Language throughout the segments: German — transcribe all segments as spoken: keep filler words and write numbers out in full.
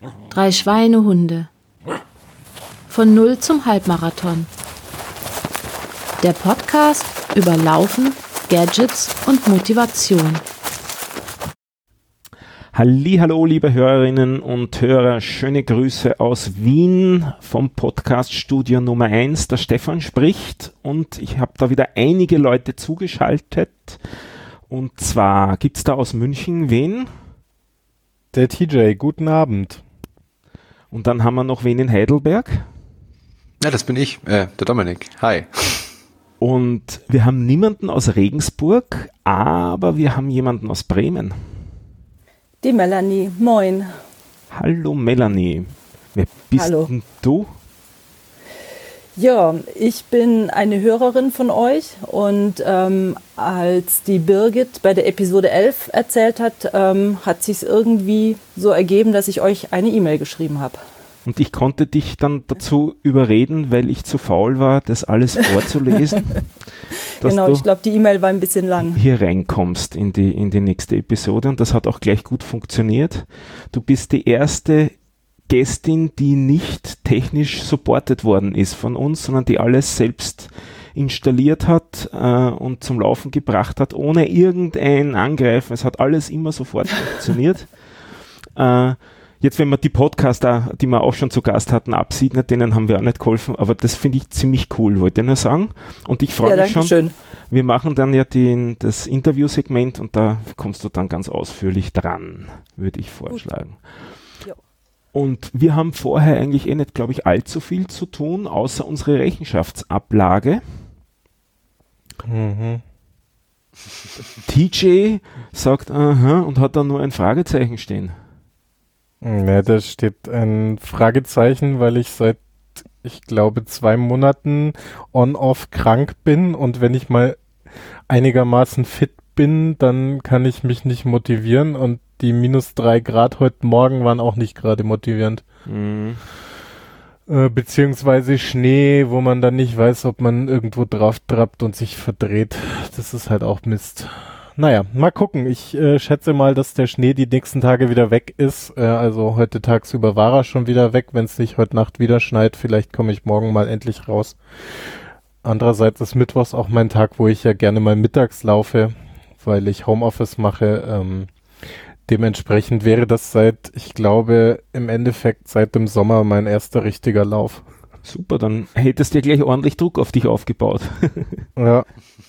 Drei Schweinehunde. Von Null zum Halbmarathon. Der Podcast über Laufen, Gadgets und Motivation. Hallihallo, liebe Hörerinnen und Hörer, schöne Grüße aus Wien vom Podcast Studio Nummer eins. Der Stefan spricht und ich habe da wieder einige Leute zugeschaltet. Und zwar gibt es da aus München wen? Der T J, guten Abend. Und dann haben wir noch wen in Heidelberg? Ja, das bin ich, äh, der Dominik. Hi. Und wir haben niemanden aus Regensburg, aber wir haben jemanden aus Bremen. Die Melanie, moin. Hallo Melanie, wer bist Hallo. denn du? Ja, ich bin eine Hörerin von euch und ähm, als die Birgit bei der Episode elf erzählt hat, ähm, hat sich irgendwie so ergeben, dass ich euch eine E-Mail geschrieben habe. Und ich konnte dich dann dazu überreden, weil ich zu faul war, das alles vorzulesen. Genau, ich glaube, die E-Mail war ein bisschen lang. Hier reinkommst in die, in die nächste Episode und das hat auch gleich gut funktioniert. Du bist die erste Gästin, die nicht technisch supportet worden ist von uns, sondern die alles selbst installiert hat äh, und zum Laufen gebracht hat, ohne irgendein Angreifen. Es hat alles immer sofort funktioniert. Äh, Jetzt, wenn man die Podcaster, die wir auch schon zu Gast hatten, absieht, ne, denen haben wir auch nicht geholfen, aber das finde ich ziemlich cool, wollte ich nur sagen. Und ich freue ja, mich schon, schön. Wir machen dann ja den, das Interviewsegment und da kommst du dann ganz ausführlich dran, würde ich vorschlagen. Und wir haben vorher eigentlich eh nicht, glaube ich, allzu viel zu tun, außer unsere Rechenschaftsablage. Mhm. T J sagt, aha, und hat dann nur ein Fragezeichen stehen. Ja, da steht ein Fragezeichen, weil ich seit, ich glaube, zwei Monaten on-off krank bin und wenn ich mal einigermaßen fit bin, dann kann ich mich nicht motivieren und die minus drei Grad heute Morgen waren auch nicht gerade motivierend. Mhm. Äh, beziehungsweise Schnee, wo man dann nicht weiß, ob man irgendwo drauf trappt und sich verdreht. Das ist halt auch Mist. Naja, mal gucken. Ich äh, schätze mal, dass der Schnee die nächsten Tage wieder weg ist. Äh, also heute tagsüber war er schon wieder weg. Wenn es nicht heute Nacht wieder schneit, vielleicht komme ich morgen mal endlich raus. Andererseits ist Mittwochs auch mein Tag, wo ich ja gerne mal mittags laufe, weil ich Homeoffice mache. Ähm, dementsprechend wäre das seit, ich glaube, im Endeffekt seit dem Sommer mein erster richtiger Lauf. Super, dann hättest du ja gleich ordentlich Druck auf dich aufgebaut. Ja.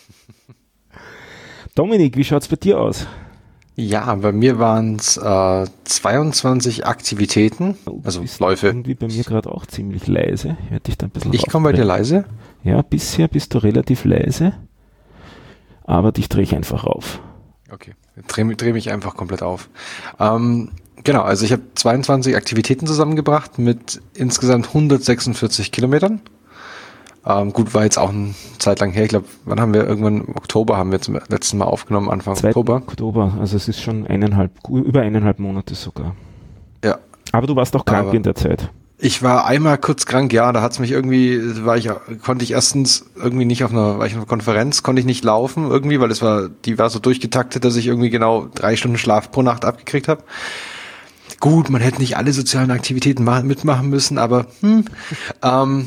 Dominik, wie schaut's bei dir aus? Ja, bei mir waren es äh, zweiundzwanzig Aktivitäten, Oh, also bist Läufe. Irgendwie bei mir gerade auch ziemlich leise. Ich werde dich da ein bisschen Ich komme bei dir leise. Ja, bisher bist du relativ leise, aber dich drehe ich einfach auf. Okay, dreh, dreh mich einfach komplett auf. Ähm, genau, also ich habe zweiundzwanzig Aktivitäten zusammengebracht mit insgesamt hundertsechsundvierzig Kilometern. Ähm, gut, war jetzt auch eine Zeit lang her. Ich glaube, wann haben wir irgendwann im Oktober haben wir zum letzten Mal aufgenommen, Anfang Oktober. Oktober, also es ist schon eineinhalb, über eineinhalb Monate sogar. Ja. Aber du warst auch krank Aber in der Zeit. Ich war einmal kurz krank, ja, da hat's mich irgendwie, war ich, konnte ich erstens irgendwie nicht auf einer, war ich auf einer Konferenz, konnte ich nicht laufen irgendwie, weil es war, die war so durchgetaktet, dass ich irgendwie genau drei Stunden Schlaf pro Nacht abgekriegt habe. Gut, man hätte nicht alle sozialen Aktivitäten machen, mitmachen müssen, aber hm, ähm,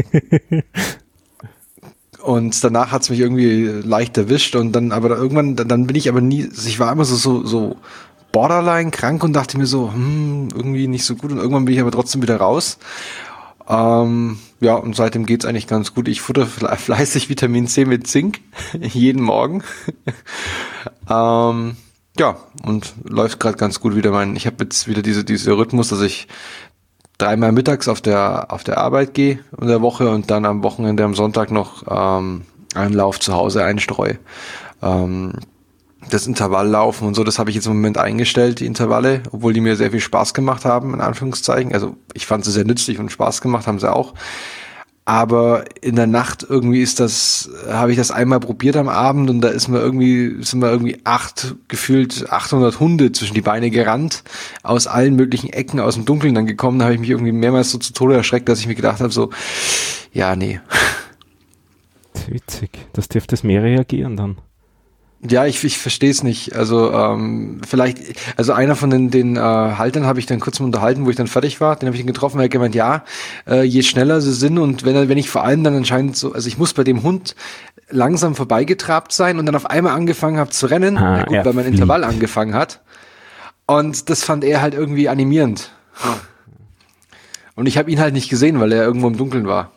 und danach hat's mich irgendwie leicht erwischt und dann, aber da irgendwann, dann, dann bin ich aber nie, ich war immer so, so, so borderline krank und dachte mir so, hm, irgendwie nicht so gut und irgendwann bin ich aber trotzdem wieder raus. Ähm, ja, und seitdem geht's eigentlich ganz gut. Ich futter fleißig Vitamin C mit Zink, jeden Morgen. ähm, ja, und läuft gerade ganz gut wieder. Mein, ich habe jetzt wieder diese diese Rhythmus, dass ich dreimal mittags auf der auf der Arbeit gehe in der Woche und dann am Wochenende am Sonntag noch ähm, einen Lauf zu Hause einstreue. Ähm, das Intervalllaufen und so, das habe ich jetzt im Moment eingestellt, die Intervalle, obwohl die mir sehr viel Spaß gemacht haben, in Anführungszeichen. Also ich fand sie sehr nützlich und Spaß gemacht haben sie auch. Aber in der Nacht irgendwie ist das, habe ich das einmal probiert am Abend und da ist mir irgendwie, sind mir irgendwie acht, gefühlt achthundert Hunde zwischen die Beine gerannt, aus allen möglichen Ecken, aus dem Dunkeln dann gekommen. Da habe ich mich irgendwie mehrmals so zu Tode erschreckt, dass ich mir gedacht habe, so, ja, nee. Das ist witzig. Das dürfte das mehr reagieren dann. Ja, ich, ich verstehe es nicht. Also ähm, vielleicht, also einer von den, den äh, Haltern habe ich dann kurz mal unterhalten, wo ich dann fertig war. Den habe ich ihn getroffen, er hat gemeint, ja, äh, je schneller sie sind und wenn wenn ich vor allem dann anscheinend so, also ich muss bei dem Hund langsam vorbeigetrabt sein und dann auf einmal angefangen habe zu rennen, ah, ja gut, weil mein Intervall angefangen hat. Und das fand er halt irgendwie animierend. Und ich habe ihn halt nicht gesehen, weil er irgendwo im Dunkeln war.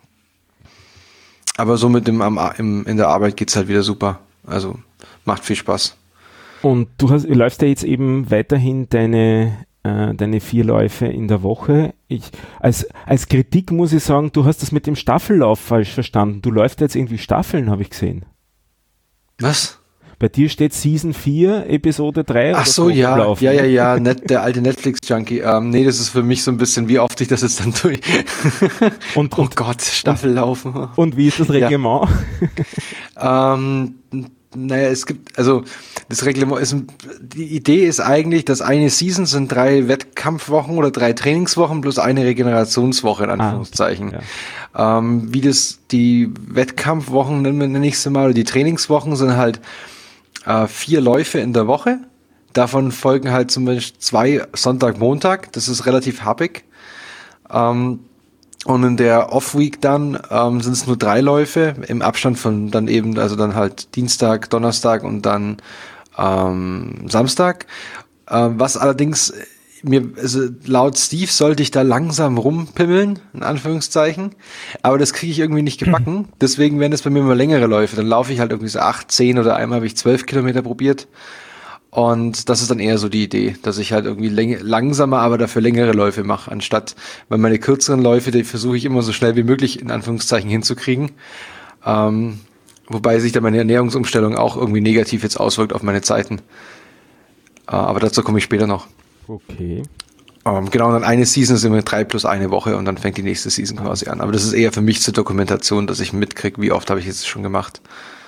Aber so mit dem am, im, in der Arbeit geht's halt wieder super. Also macht viel Spaß. Und du hast, läufst ja jetzt eben weiterhin deine, äh, deine vier Läufe in der Woche. Ich, als, als Kritik muss ich sagen, du hast das mit dem Staffellauf falsch verstanden. Du läufst jetzt irgendwie Staffeln, habe ich gesehen. Was? Bei dir steht Season vier, Episode drei. Ach so, ja, ja, ja, ja, net, der alte Netflix-Junkie. Ähm, nee, das ist für mich so ein bisschen, wie oft ich das jetzt dann tue. Und, oh und, Gott, Staffellaufen. Und, und wie ist das Reglement? Ja. ähm, naja, es gibt, also das Reglement ist, die Idee ist eigentlich, dass eine Season sind drei Wettkampfwochen oder drei Trainingswochen plus eine Regenerationswoche in Anführungszeichen. Ah, ja. ähm, wie das, die Wettkampfwochen nenne ich sie mal, oder die Trainingswochen sind halt äh, vier Läufe in der Woche. Davon folgen halt zum Beispiel zwei Sonntag, Montag. Das ist relativ happig. Ähm, Und in der Off-Week dann ähm, sind es nur drei Läufe im Abstand von dann eben, also dann halt Dienstag, Donnerstag und dann ähm, Samstag. Ähm, was allerdings mir, also laut Steve sollte ich da langsam rumpimmeln, in Anführungszeichen. Aber das kriege ich irgendwie nicht gebacken. Deswegen werden es bei mir immer längere Läufe. Dann laufe ich halt irgendwie so acht, zehn oder einmal habe ich zwölf Kilometer probiert. Und das ist dann eher so die Idee, dass ich halt irgendwie läng- langsamer, aber dafür längere Läufe mache, anstatt, weil meine kürzeren Läufe, die versuche ich immer so schnell wie möglich in Anführungszeichen hinzukriegen. Ähm, wobei sich dann meine Ernährungsumstellung auch irgendwie negativ jetzt auswirkt auf meine Zeiten. Äh, aber dazu komme ich später noch. Okay. Ähm, genau, und dann eine Season ist immer drei plus eine Woche und dann fängt die nächste Season quasi an. Aber das ist eher für mich zur Dokumentation, dass ich mitkriege, wie oft habe ich jetzt schon gemacht.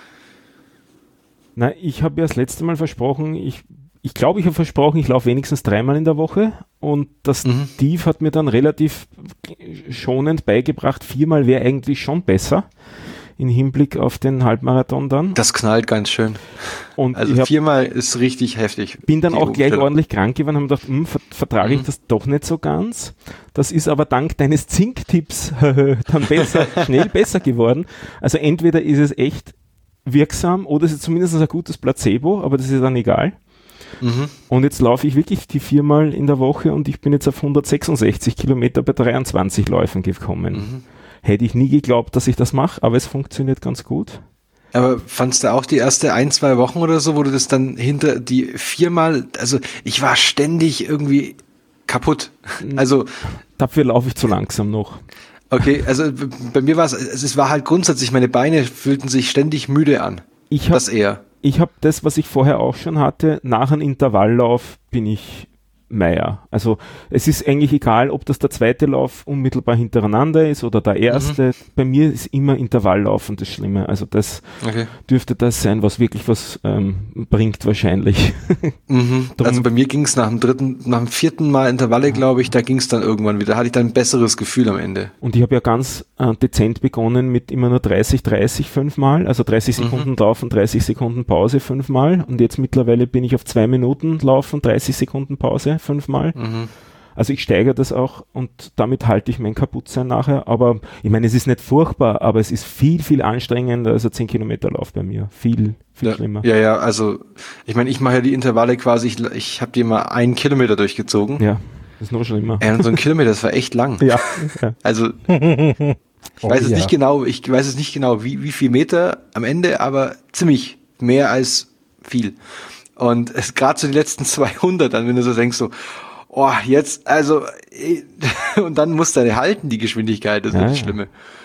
Na, ich habe ja das letzte Mal versprochen, ich ich glaube, ich habe versprochen, ich laufe wenigstens dreimal in der Woche und das Mhm. Steve hat mir dann relativ schonend beigebracht, viermal wäre eigentlich schon besser im Hinblick auf den Halbmarathon dann. Das knallt ganz schön. Und Also ich hab, viermal ist richtig heftig. bin dann die auch gleich Umstellung. ordentlich krank geworden und habe gedacht, hm, ver- vertrage ich Mhm. das doch nicht so ganz. Das ist aber dank deines Zink-Tipps dann besser, schnell besser geworden. Also entweder ist es echt wirksam oder es ist zumindest ein gutes Placebo, aber das ist dann egal. Mhm. Und jetzt laufe ich wirklich die viermal in der Woche und ich bin jetzt auf hundertsechsundsechzig Kilometer bei dreiundzwanzig Läufen gekommen. Mhm. Hätte ich nie geglaubt, dass ich das mache, aber es funktioniert ganz gut. Aber fandst du auch die erste ein, zwei Wochen oder so, wo du das dann hinter die viermal, also ich war ständig irgendwie kaputt. Also Dafür laufe ich zu langsam noch. okay, also b- bei mir war es, es war halt grundsätzlich, meine Beine fühlten sich ständig müde an. Ich habe Das eher. ich hab das, was ich vorher auch schon hatte, nach einem Intervalllauf bin ich Meier. Also es ist eigentlich egal, ob das der zweite Lauf unmittelbar hintereinander ist oder der erste. Mhm. Bei mir ist immer Intervalllaufen das Schlimme. Also das Okay. dürfte das sein, was wirklich was ähm, bringt wahrscheinlich. Mhm. Drum- Also bei mir ging es nach dem dritten, nach dem vierten Mal Intervalle, glaube ich, da ging es dann irgendwann wieder. Da hatte ich dann ein besseres Gefühl am Ende. Und ich habe ja ganz äh, dezent begonnen mit immer nur dreißig, dreißig fünfmal, also dreißig Sekunden Laufen, dreißig Sekunden Pause fünfmal und jetzt mittlerweile bin ich auf zwei Minuten Laufen, dreißig Sekunden Pause fünfmal. Mhm. Also ich steigere das auch und damit halte ich mein Kaputtsein nachher, aber ich meine, es ist nicht furchtbar, aber es ist viel, viel anstrengender als ein zehn Kilometer Lauf bei mir. Viel, viel Ja, schlimmer. ja, ja, also ich meine, ich mache ja die Intervalle quasi, ich, ich habe die mal einen Kilometer durchgezogen. Ja, das ist noch schlimmer. Ey, und so ein Kilometer, das war echt lang. Ja, ja. Also ich Oh, weiß es ja. nicht genau, ich weiß es nicht genau, wie, wie viel Meter am Ende, aber ziemlich mehr als viel. Und es gerade so die letzten zweihundert, dann wenn du so denkst so, oh, jetzt, also, eh, und dann musst du halten, die Geschwindigkeit, das ist Ja, das ja. Schlimme.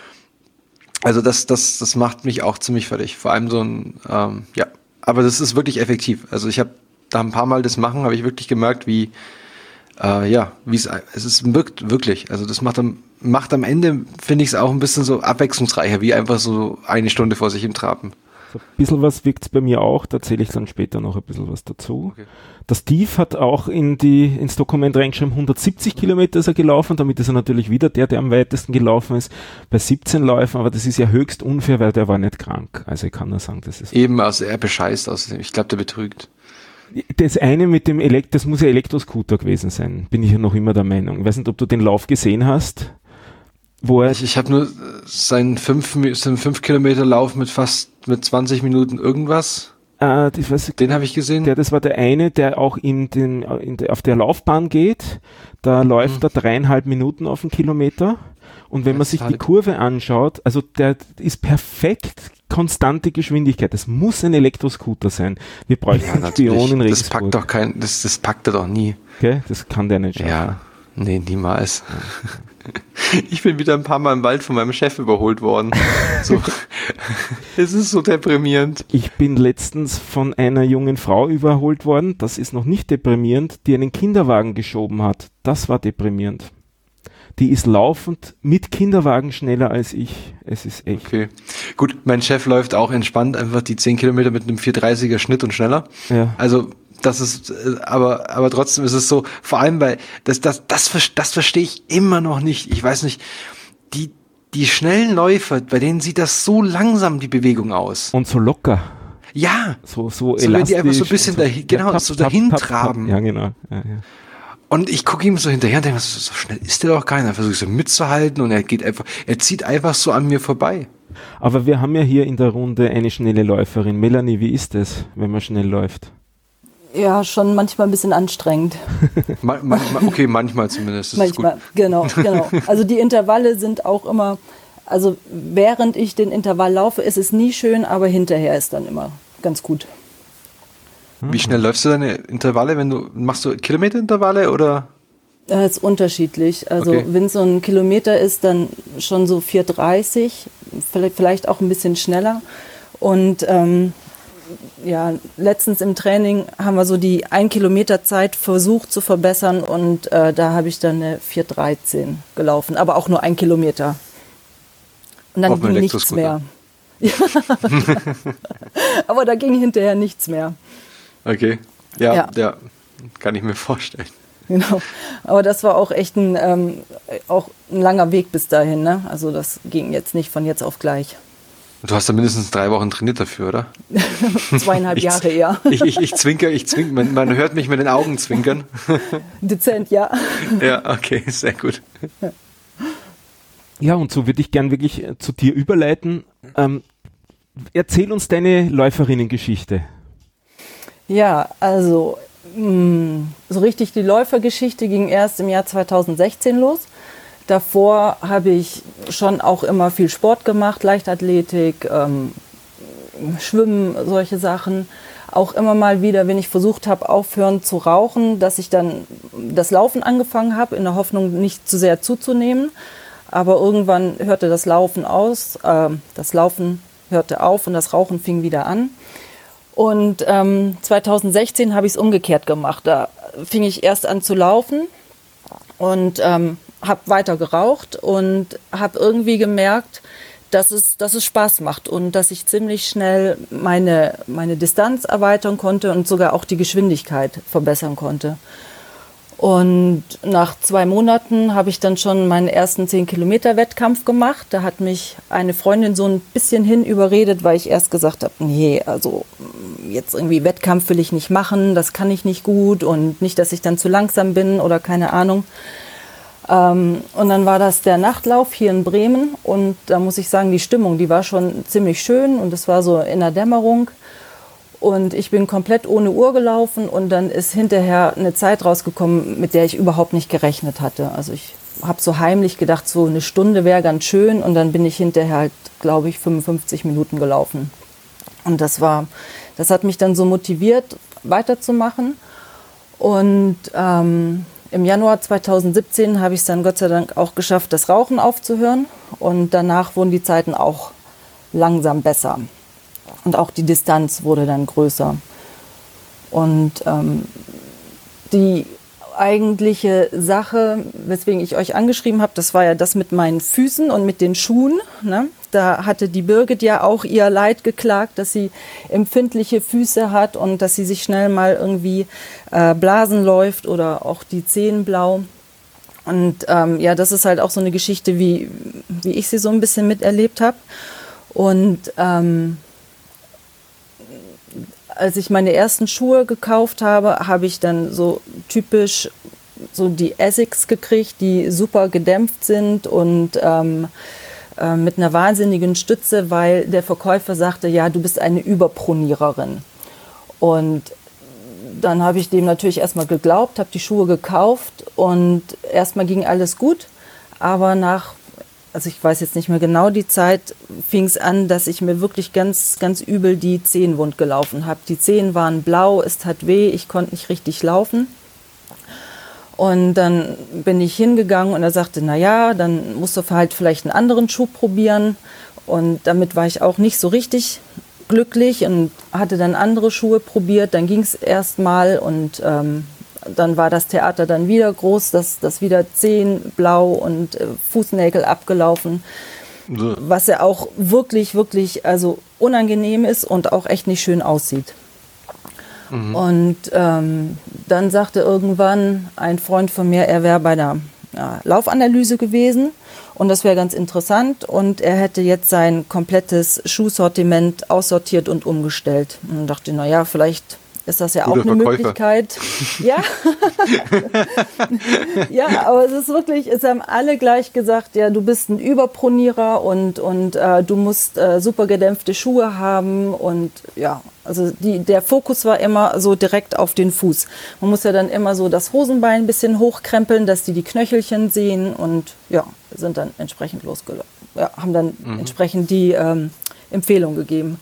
Also das, das, das macht mich auch ziemlich fertig. Vor allem so ein, ähm, ja, aber das ist wirklich effektiv. Also ich habe da ein paar Mal das machen, habe ich wirklich gemerkt, wie, äh, ja, wie es, es ist wirkt wirklich. Also das macht am, macht am Ende, finde ich es auch ein bisschen so abwechslungsreicher, wie einfach so eine Stunde vor sich im Traben. So ein bisschen was wirkt es bei mir auch, da erzähle ich dann später noch ein bisschen was dazu. Okay. Der Steve hat auch in die, ins Dokument reingeschrieben, hundertsiebzig Kilometer ist er gelaufen, damit ist er natürlich wieder der, der am weitesten gelaufen ist, bei siebzehn Läufen, aber das ist ja höchst unfair, weil der war nicht krank. Also ich kann nur sagen, das ist... Eben, also er bescheißt außerdem, ich glaube, der betrügt. Das eine mit dem Elekt, das muss ja Elektroscooter gewesen sein, bin ich ja noch immer der Meinung. Ich weiß nicht, ob du den Lauf gesehen hast. Wo er ich ich habe nur seinen fünf Kilometer Lauf mit fast mit zwanzig Minuten irgendwas. Äh, das, was, den habe ich gesehen. Der, das war der eine, der auch in den, in der, auf der Laufbahn geht. Da läuft mhm. er dreieinhalb Minuten auf den Kilometer. Und wenn das man sich die Kurve anschaut, also der ist perfekt konstante Geschwindigkeit. Das muss ein Elektroscooter sein. Wir bräuchten ja, einen Spion in Regensburg. Das packt doch kein, das, das packt er doch nie. Okay? Das kann der nicht schaffen. Ja, nee, niemals. Ich bin wieder ein paar Mal im Wald von meinem Chef überholt worden. So. Es ist so deprimierend. Ich bin letztens von einer jungen Frau überholt worden, das ist noch nicht deprimierend, die einen Kinderwagen geschoben hat. Das war deprimierend. Die ist laufend mit Kinderwagen schneller als ich. Es ist echt. Okay. Gut, mein Chef läuft auch entspannt einfach die zehn Kilometer mit einem vier dreißiger Schnitt und schneller. Ja. Also das ist, aber, aber trotzdem ist es so, vor allem, weil das, das, das, das verstehe ich immer noch nicht. Ich weiß nicht, die, die schnellen Läufer, bei denen sieht das so langsam, die Bewegung aus. Und so locker. Ja. So, so, so wenn die einfach so ein bisschen, so, dahin, genau, tap, so dahin tap, traben. Tap, ja, genau. Ja, ja. Und ich gucke ihm so hinterher und denke, so, so schnell ist der doch gar nicht. Dann versuche ich so mitzuhalten und er geht einfach, er zieht einfach so an mir vorbei. Aber wir haben ja hier in der Runde eine schnelle Läuferin. Melanie, wie ist es, wenn man schnell läuft? Ja, schon manchmal ein bisschen anstrengend. Ma- manchmal, okay, manchmal zumindest. Das manchmal, ist gut. genau, genau. Also die Intervalle sind auch immer, also während ich den Intervall laufe, ist es nie schön, aber hinterher ist dann immer ganz gut. Wie schnell läufst du deine Intervalle, wenn du, machst du Kilometerintervalle oder? Das ist unterschiedlich. Also okay. Wenn es so ein Kilometer ist, dann schon so vier dreißig, vielleicht, vielleicht auch ein bisschen schneller. Und ähm, ja, letztens im Training haben wir so die ein Kilometer Zeit versucht zu verbessern und äh, da habe ich dann eine vier dreizehn gelaufen, aber auch nur ein Kilometer. Und dann ging nichts mehr. Ja. Aber da ging hinterher nichts mehr. Okay, ja, ja, ja, kann ich mir vorstellen. Genau, aber das war auch echt ein, ähm, auch ein langer Weg bis dahin, ne? Also das ging jetzt nicht von jetzt auf gleich. Du hast da mindestens drei Wochen trainiert dafür, oder? Zweieinhalb ich, Jahre, ja. Ich, ich, ich zwinker, ich zwinker, man, man hört mich mit den Augen zwinkern. Dezent, ja. Ja, okay, sehr gut. Ja, und so würde ich gern wirklich zu dir überleiten. Ähm, erzähl uns deine Läuferinnengeschichte. Ja, also mh, so richtig die Läufergeschichte ging erst im Jahr zweitausendsechzehn los. Davor habe ich schon auch immer viel Sport gemacht, Leichtathletik, ähm, Schwimmen, solche Sachen. Auch immer mal wieder, wenn ich versucht habe, aufhören zu rauchen, dass ich dann das Laufen angefangen habe, in der Hoffnung, nicht zu sehr zuzunehmen. Aber irgendwann hörte das Laufen aus, äh, das Laufen hörte auf und das Rauchen fing wieder an. Und ähm, zweitausendsechzehn habe ich es umgekehrt gemacht. Da fing ich erst an zu laufen und ähm, habe weiter geraucht und habe irgendwie gemerkt, dass es, dass es Spaß macht und dass ich ziemlich schnell meine, meine Distanz erweitern konnte und sogar auch die Geschwindigkeit verbessern konnte. Und nach zwei Monaten habe ich dann schon meinen ersten zehn Kilometer Wettkampf gemacht. Da hat mich eine Freundin so ein bisschen hin überredet, weil ich erst gesagt habe, nee, also jetzt irgendwie Wettkampf will ich nicht machen, das kann ich nicht gut und nicht, dass ich dann zu langsam bin oder keine Ahnung. Ähm, und dann war das der Nachtlauf hier in Bremen und da muss ich sagen, die Stimmung, die war schon ziemlich schön und es war so in der Dämmerung. Und ich bin komplett ohne Uhr gelaufen und dann ist hinterher eine Zeit rausgekommen, mit der ich überhaupt nicht gerechnet hatte. Also ich habe so heimlich gedacht, so eine Stunde wäre ganz schön und dann bin ich hinterher halt, glaube ich, fünfundfünfzig Minuten gelaufen. Und das war, das hat mich dann so motiviert, weiterzumachen. Und ähm, im Januar zweitausendsiebzehn habe ich es dann Gott sei Dank auch geschafft, das Rauchen aufzuhören. Und danach wurden die Zeiten auch langsam besser. Und auch die Distanz wurde dann größer. Und ähm, die eigentliche Sache, weswegen ich euch angeschrieben habe, das war ja das mit meinen Füßen und mit den Schuhen. Ne? Da hatte die Birgit ja auch ihr Leid geklagt, dass sie empfindliche Füße hat und dass sie sich schnell mal irgendwie äh, Blasen läuft oder auch die Zehen blau. Und ähm, ja, das ist halt auch so eine Geschichte, wie, wie ich sie so ein bisschen miterlebt habe. Und ähm, als ich meine ersten Schuhe gekauft habe, habe ich dann so typisch so die Essex gekriegt, die super gedämpft sind und ähm, äh, mit einer wahnsinnigen Stütze, weil der Verkäufer sagte, ja, du bist eine Überproniererin. Und dann habe ich dem natürlich erstmal geglaubt, habe die Schuhe gekauft und erstmal ging alles gut, aber nach, also ich weiß jetzt nicht mehr genau die Zeit, fing es an, dass ich mir wirklich ganz, ganz übel die Zehen wund gelaufen habe. Die Zehen waren blau, es tat weh, ich konnte nicht richtig laufen. Und dann bin ich hingegangen und er sagte, na ja, dann musst du halt vielleicht einen anderen Schuh probieren. Und damit war ich auch nicht so richtig glücklich und hatte dann andere Schuhe probiert. Dann ging es erst mal und ähm, dann war das Theater dann wieder groß, dass das wieder Zehen blau und äh, Fußnägel abgelaufen. So. Was ja auch wirklich, wirklich also unangenehm ist und auch echt nicht schön aussieht. Mhm. Und ähm, dann sagte irgendwann ein Freund von mir, er wäre bei einer ja, Laufanalyse gewesen und das wäre ganz interessant und er hätte jetzt sein komplettes Schuhsortiment aussortiert und umgestellt. Und dann dachte ich, naja, vielleicht ist das ja Guter auch eine Verkäufer. Möglichkeit. Ja. Ja, aber es ist wirklich, es haben alle gleich gesagt, ja, du bist ein Überpronierer und, und äh, du musst äh, super gedämpfte Schuhe haben und ja, also die, der Fokus war immer so direkt auf den Fuß. Man muss ja dann immer so das Hosenbein ein bisschen hochkrempeln, dass die die Knöchelchen sehen und ja, sind dann entsprechend losgelaufen. Ja, haben dann mhm. entsprechend die ähm, Empfehlung gegeben.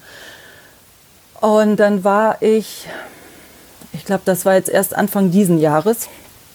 Und dann war ich, ich glaube, das war jetzt erst Anfang diesen Jahres,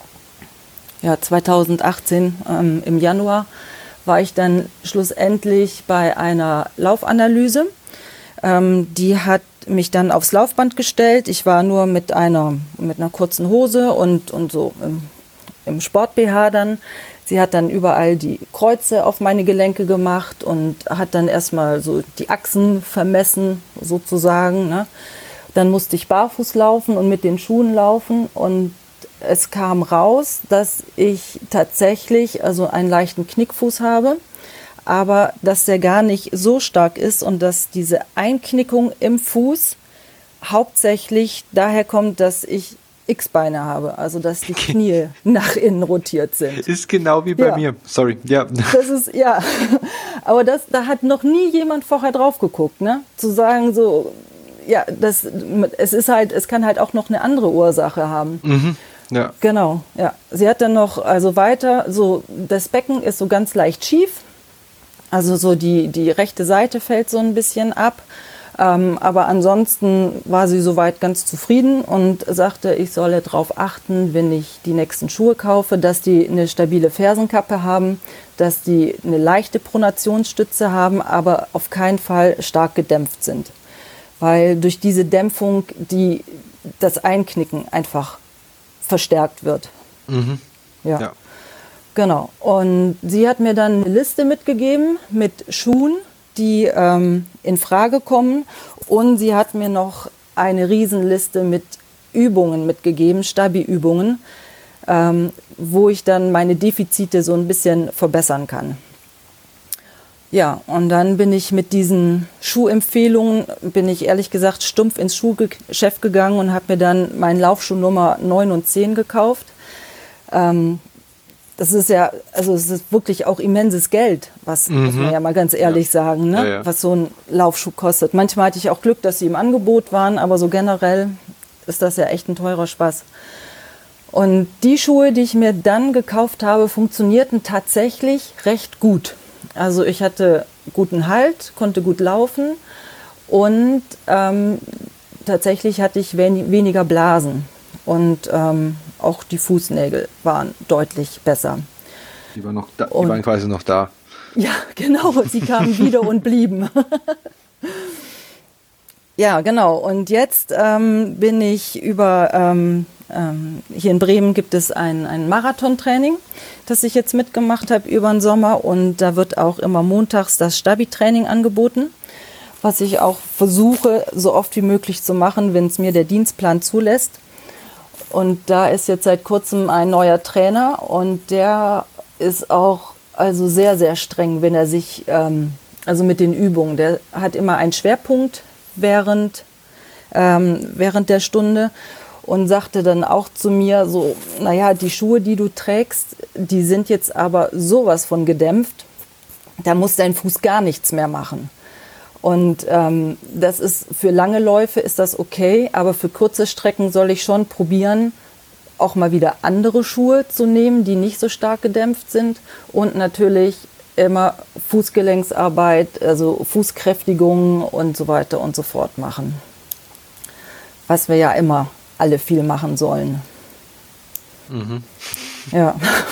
ja zweitausendachtzehn ähm, im Januar, war ich dann schlussendlich bei einer Laufanalyse. Ähm, die hat mich dann aufs Laufband gestellt. Ich war nur mit einer, mit einer kurzen Hose und, und so im, im Sport-B H dann. Sie hat dann überall die Kreuze auf meine Gelenke gemacht und hat dann erstmal so die Achsen vermessen, sozusagen. Ne? Dann musste ich barfuß laufen und mit den Schuhen laufen und es kam raus, dass ich tatsächlich also einen leichten Knickfuß habe, aber dass der gar nicht so stark ist und dass diese Einknickung im Fuß hauptsächlich daher kommt, dass ich X-Beine habe, also dass die Knie nach innen rotiert sind. Ist genau wie bei ja. mir. Sorry. Ja. Das ist, ja. Aber das, da hat noch nie jemand vorher drauf geguckt, ne? Zu sagen so, ja, das, es ist halt, es kann halt auch noch eine andere Ursache haben. Mhm. Ja. Genau, ja. Sie hat dann noch, also weiter, so, das Becken ist so ganz leicht schief. Also so die, die rechte Seite fällt so ein bisschen ab. Ähm, aber ansonsten war sie soweit ganz zufrieden und sagte, ich solle darauf achten, wenn ich die nächsten Schuhe kaufe, dass die eine stabile Fersenkappe haben, dass die eine leichte Pronationsstütze haben, aber auf keinen Fall stark gedämpft sind. Weil durch diese Dämpfung die, das Einknicken einfach verstärkt wird. Mhm. Ja. ja. Genau. Und sie hat mir dann eine Liste mitgegeben mit Schuhen, die ähm, in Frage kommen. Und sie hat mir noch eine Riesenliste mit Übungen mitgegeben, Stabi-Übungen, ähm, wo ich dann meine Defizite so ein bisschen verbessern kann. Ja, und dann bin ich mit diesen Schuhempfehlungen, bin ich ehrlich gesagt stumpf ins Schuhgeschäft gegangen und habe mir dann meinen Laufschuh Nummer neun und zehn gekauft. Ähm, Das ist ja, also es ist wirklich auch immenses Geld, was, mhm. muss man ja mal ganz ehrlich ja. sagen, ne? Ja, ja. Was so ein Laufschuh kostet. Manchmal hatte ich auch Glück, dass sie im Angebot waren, aber so generell ist das ja echt ein teurer Spaß. Und die Schuhe, die ich mir dann gekauft habe, funktionierten tatsächlich recht gut. Also ich hatte guten Halt, konnte gut laufen und ähm, tatsächlich hatte ich wen- weniger Blasen. Und ähm, auch die Fußnägel waren deutlich besser. Die waren, noch da, die und, waren quasi noch da. Ja, genau. Sie kamen wieder und blieben. Ja, genau. Und jetzt ähm, bin ich über, ähm, ähm, hier in Bremen gibt es ein, ein Marathontraining, das ich jetzt mitgemacht habe über den Sommer. Und da wird auch immer montags das Stabi-Training angeboten, was ich auch versuche, so oft wie möglich zu machen, wenn es mir der Dienstplan zulässt. Und da ist jetzt seit kurzem ein neuer Trainer und der ist auch also sehr, sehr streng, wenn er sich, ähm, also mit den Übungen, der hat immer einen Schwerpunkt während, ähm, während der Stunde und sagte dann auch zu mir so, naja, die Schuhe, die du trägst, die sind jetzt aber sowas von gedämpft, da muss dein Fuß gar nichts mehr machen. Und ähm, das ist für lange Läufe ist das okay, aber für kurze Strecken soll ich schon probieren, auch mal wieder andere Schuhe zu nehmen, die nicht so stark gedämpft sind und natürlich immer Fußgelenksarbeit, also Fußkräftigung und so weiter und so fort machen. Was wir ja immer alle viel machen sollen. Mhm. Ja.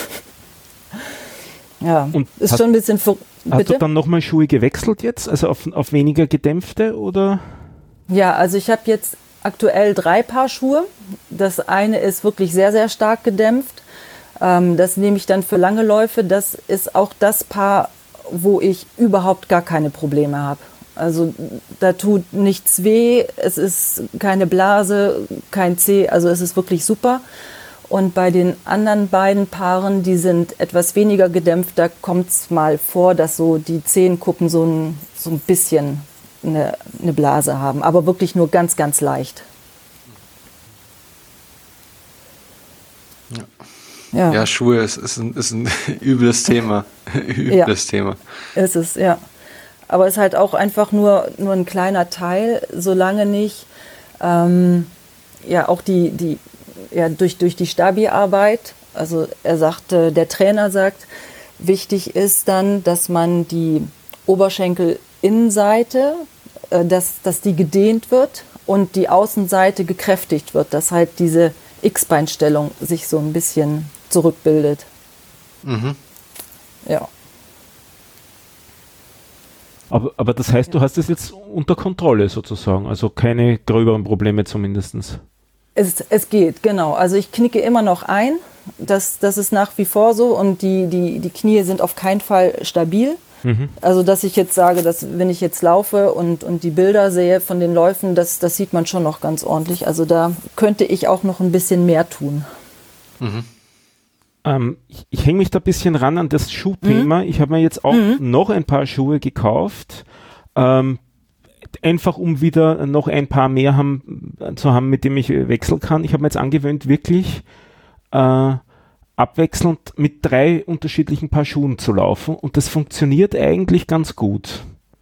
Ja, und ist hast, schon ein bisschen... Ver- hast Bitte? du dann nochmal Schuhe gewechselt jetzt, also auf, auf weniger gedämpfte oder? Ja, also ich habe jetzt aktuell drei Paar Schuhe. Das eine ist wirklich sehr, sehr stark gedämpft. Ähm, das nehme ich dann für lange Läufe. Das ist auch das Paar, wo ich überhaupt gar keine Probleme habe. Also da tut nichts weh, es ist keine Blase, kein Zeh, also es ist wirklich super. Und bei den anderen beiden Paaren, die sind etwas weniger gedämpft, da kommt es mal vor, dass so die Zehenkuppen so ein, so ein bisschen eine, eine Blase haben, aber wirklich nur ganz, ganz leicht. Ja, ja. ja Schuhe ist, ist, ein, ist ein übles Thema. übles ja. Thema. Es ist, ja. Aber es ist halt auch einfach nur, nur ein kleiner Teil, solange nicht ähm, ja auch die, die ja, durch, durch die Stabi-Arbeit, also er sagte, der Trainer sagt, wichtig ist dann, dass man die Oberschenkelinnenseite, äh, dass, dass die gedehnt wird und die Außenseite gekräftigt wird, dass halt diese X-Beinstellung sich so ein bisschen zurückbildet. Mhm. Ja. Aber, aber das heißt, du hast es jetzt unter Kontrolle sozusagen, also keine gröberen Probleme zumindest. Es, es geht, genau. Also ich knicke immer noch ein, das, das ist nach wie vor so und die, die, die Knie sind auf keinen Fall stabil. Mhm. Also dass ich jetzt sage, dass wenn ich jetzt laufe und, und die Bilder sehe von den Läufen, das, das sieht man schon noch ganz ordentlich. Also da könnte ich auch noch ein bisschen mehr tun. Mhm. Ähm, ich ich hänge mich da ein bisschen ran an das Schuhthema. Mhm. Ich habe mir jetzt auch mhm. noch ein paar Schuhe gekauft. Ähm, einfach um wieder noch ein paar mehr haben, zu haben, mit dem ich wechseln kann. Ich habe mir jetzt angewöhnt, wirklich äh, abwechselnd mit drei unterschiedlichen Paar Schuhen zu laufen und das funktioniert eigentlich ganz gut.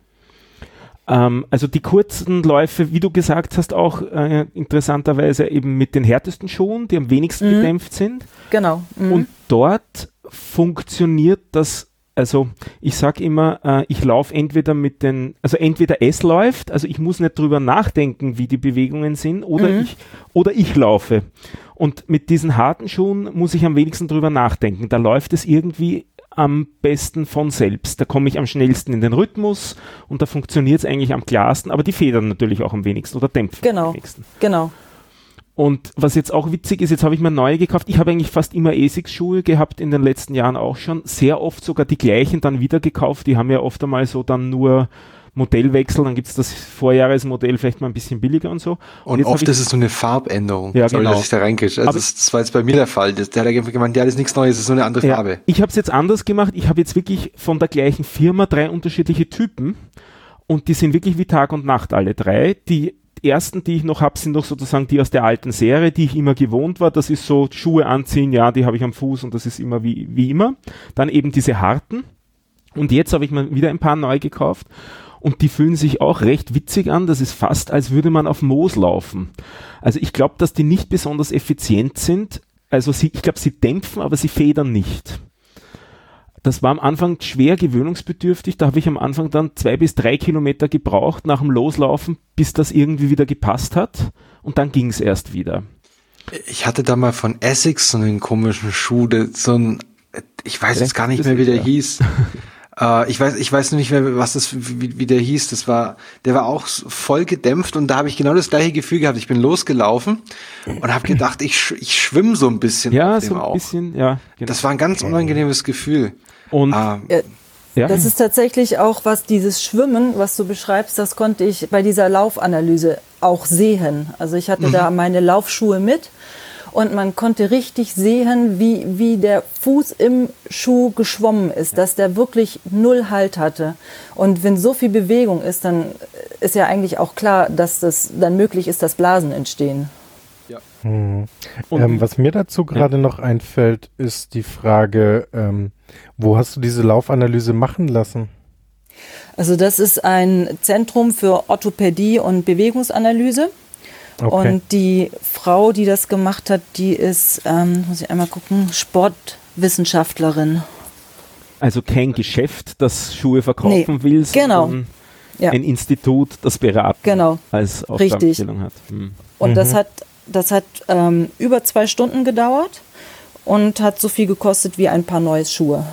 Ähm, also die kurzen Läufe, wie du gesagt hast, auch äh, interessanterweise eben mit den härtesten Schuhen, die am wenigsten mhm. gedämpft sind. Genau. Mhm. Und dort funktioniert das. Also ich sage immer, äh, ich laufe entweder mit den, also entweder es läuft, also ich muss nicht drüber nachdenken, wie die Bewegungen sind, oder mhm. ich oder ich laufe. Und mit diesen harten Schuhen muss ich am wenigsten drüber nachdenken. Da läuft es irgendwie am besten von selbst. Da komme ich am schnellsten in den Rhythmus und da funktioniert es eigentlich am klarsten, aber die federn natürlich auch am wenigsten oder dämpfen genau. am wenigsten. Genau. Und was jetzt auch witzig ist, jetzt habe ich mir neue gekauft. Ich habe eigentlich fast immer Asics-Schuhe gehabt, in den letzten Jahren auch schon. Sehr oft sogar die gleichen dann wieder gekauft. Die haben ja oft einmal so dann nur Modellwechsel, dann gibt es das Vorjahresmodell vielleicht mal ein bisschen billiger und so. Und, und oft ist es so eine Farbänderung, ja, sorry, genau. dass ich da reingehe. Also das, das war jetzt bei mir der Fall. Das, der hat gemeint, ja, das ist nichts Neues, das ist so eine andere ja, Farbe. Ich habe es jetzt anders gemacht. Ich habe jetzt wirklich von der gleichen Firma drei unterschiedliche Typen und die sind wirklich wie Tag und Nacht alle drei. Die ersten, die ich noch habe, sind noch sozusagen die aus der alten Serie, die ich immer gewohnt war. Das ist so Schuhe anziehen, ja, die habe ich am Fuß und das ist immer wie, wie immer. Dann eben diese harten. Und jetzt habe ich mir wieder ein paar neu gekauft und die fühlen sich auch recht witzig an. Das ist fast, als würde man auf Moos laufen. Also ich glaube, dass die nicht besonders effizient sind. Also sie, ich glaube, sie dämpfen, aber sie federn nicht. Das war am Anfang schwer gewöhnungsbedürftig. Da habe ich am Anfang dann zwei bis drei Kilometer gebraucht nach dem Loslaufen, bis das irgendwie wieder gepasst hat. Und dann ging es erst wieder. Ich hatte da mal von Essex so einen komischen Schuh, so ein, ich weiß jetzt gar nicht mehr, wie der hieß. Äh, ich weiß, ich weiß nicht mehr, was das, wie, wie der hieß. Das war, der war auch voll gedämpft und da habe ich genau das gleiche Gefühl gehabt. Ich bin losgelaufen und habe gedacht, ich, ich schwimme so ein bisschen. Ja, auf dem so ein auch. bisschen, ja. Genau. Das war ein ganz unangenehmes Gefühl. Und Ähm, Ja, ja. Das ist tatsächlich auch, was dieses Schwimmen, was du beschreibst, das konnte ich bei dieser Laufanalyse auch sehen. Also ich hatte mhm. da meine Laufschuhe mit und man konnte richtig sehen, wie, wie der Fuß im Schuh geschwommen ist, dass der wirklich null Halt hatte. Und wenn so viel Bewegung ist, dann ist ja eigentlich auch klar, dass das dann möglich ist, dass Blasen entstehen. Ja. Hm. Ähm, was mir dazu gerade ja. noch einfällt, ist die Frage, ähm, wo hast du diese Laufanalyse machen lassen? Also das ist ein Zentrum für Orthopädie und Bewegungsanalyse. Okay. Und die Frau, die das gemacht hat, die ist, ähm, muss ich einmal gucken, Sportwissenschaftlerin. Also kein Geschäft, das Schuhe verkaufen nee, will, genau. sondern ja. ein Institut, das beraten genau. als Aufgabenstellung hat. Hm. Und mhm. das hat, das hat ähm, über zwei Stunden gedauert und hat so viel gekostet wie ein paar neue Schuhe.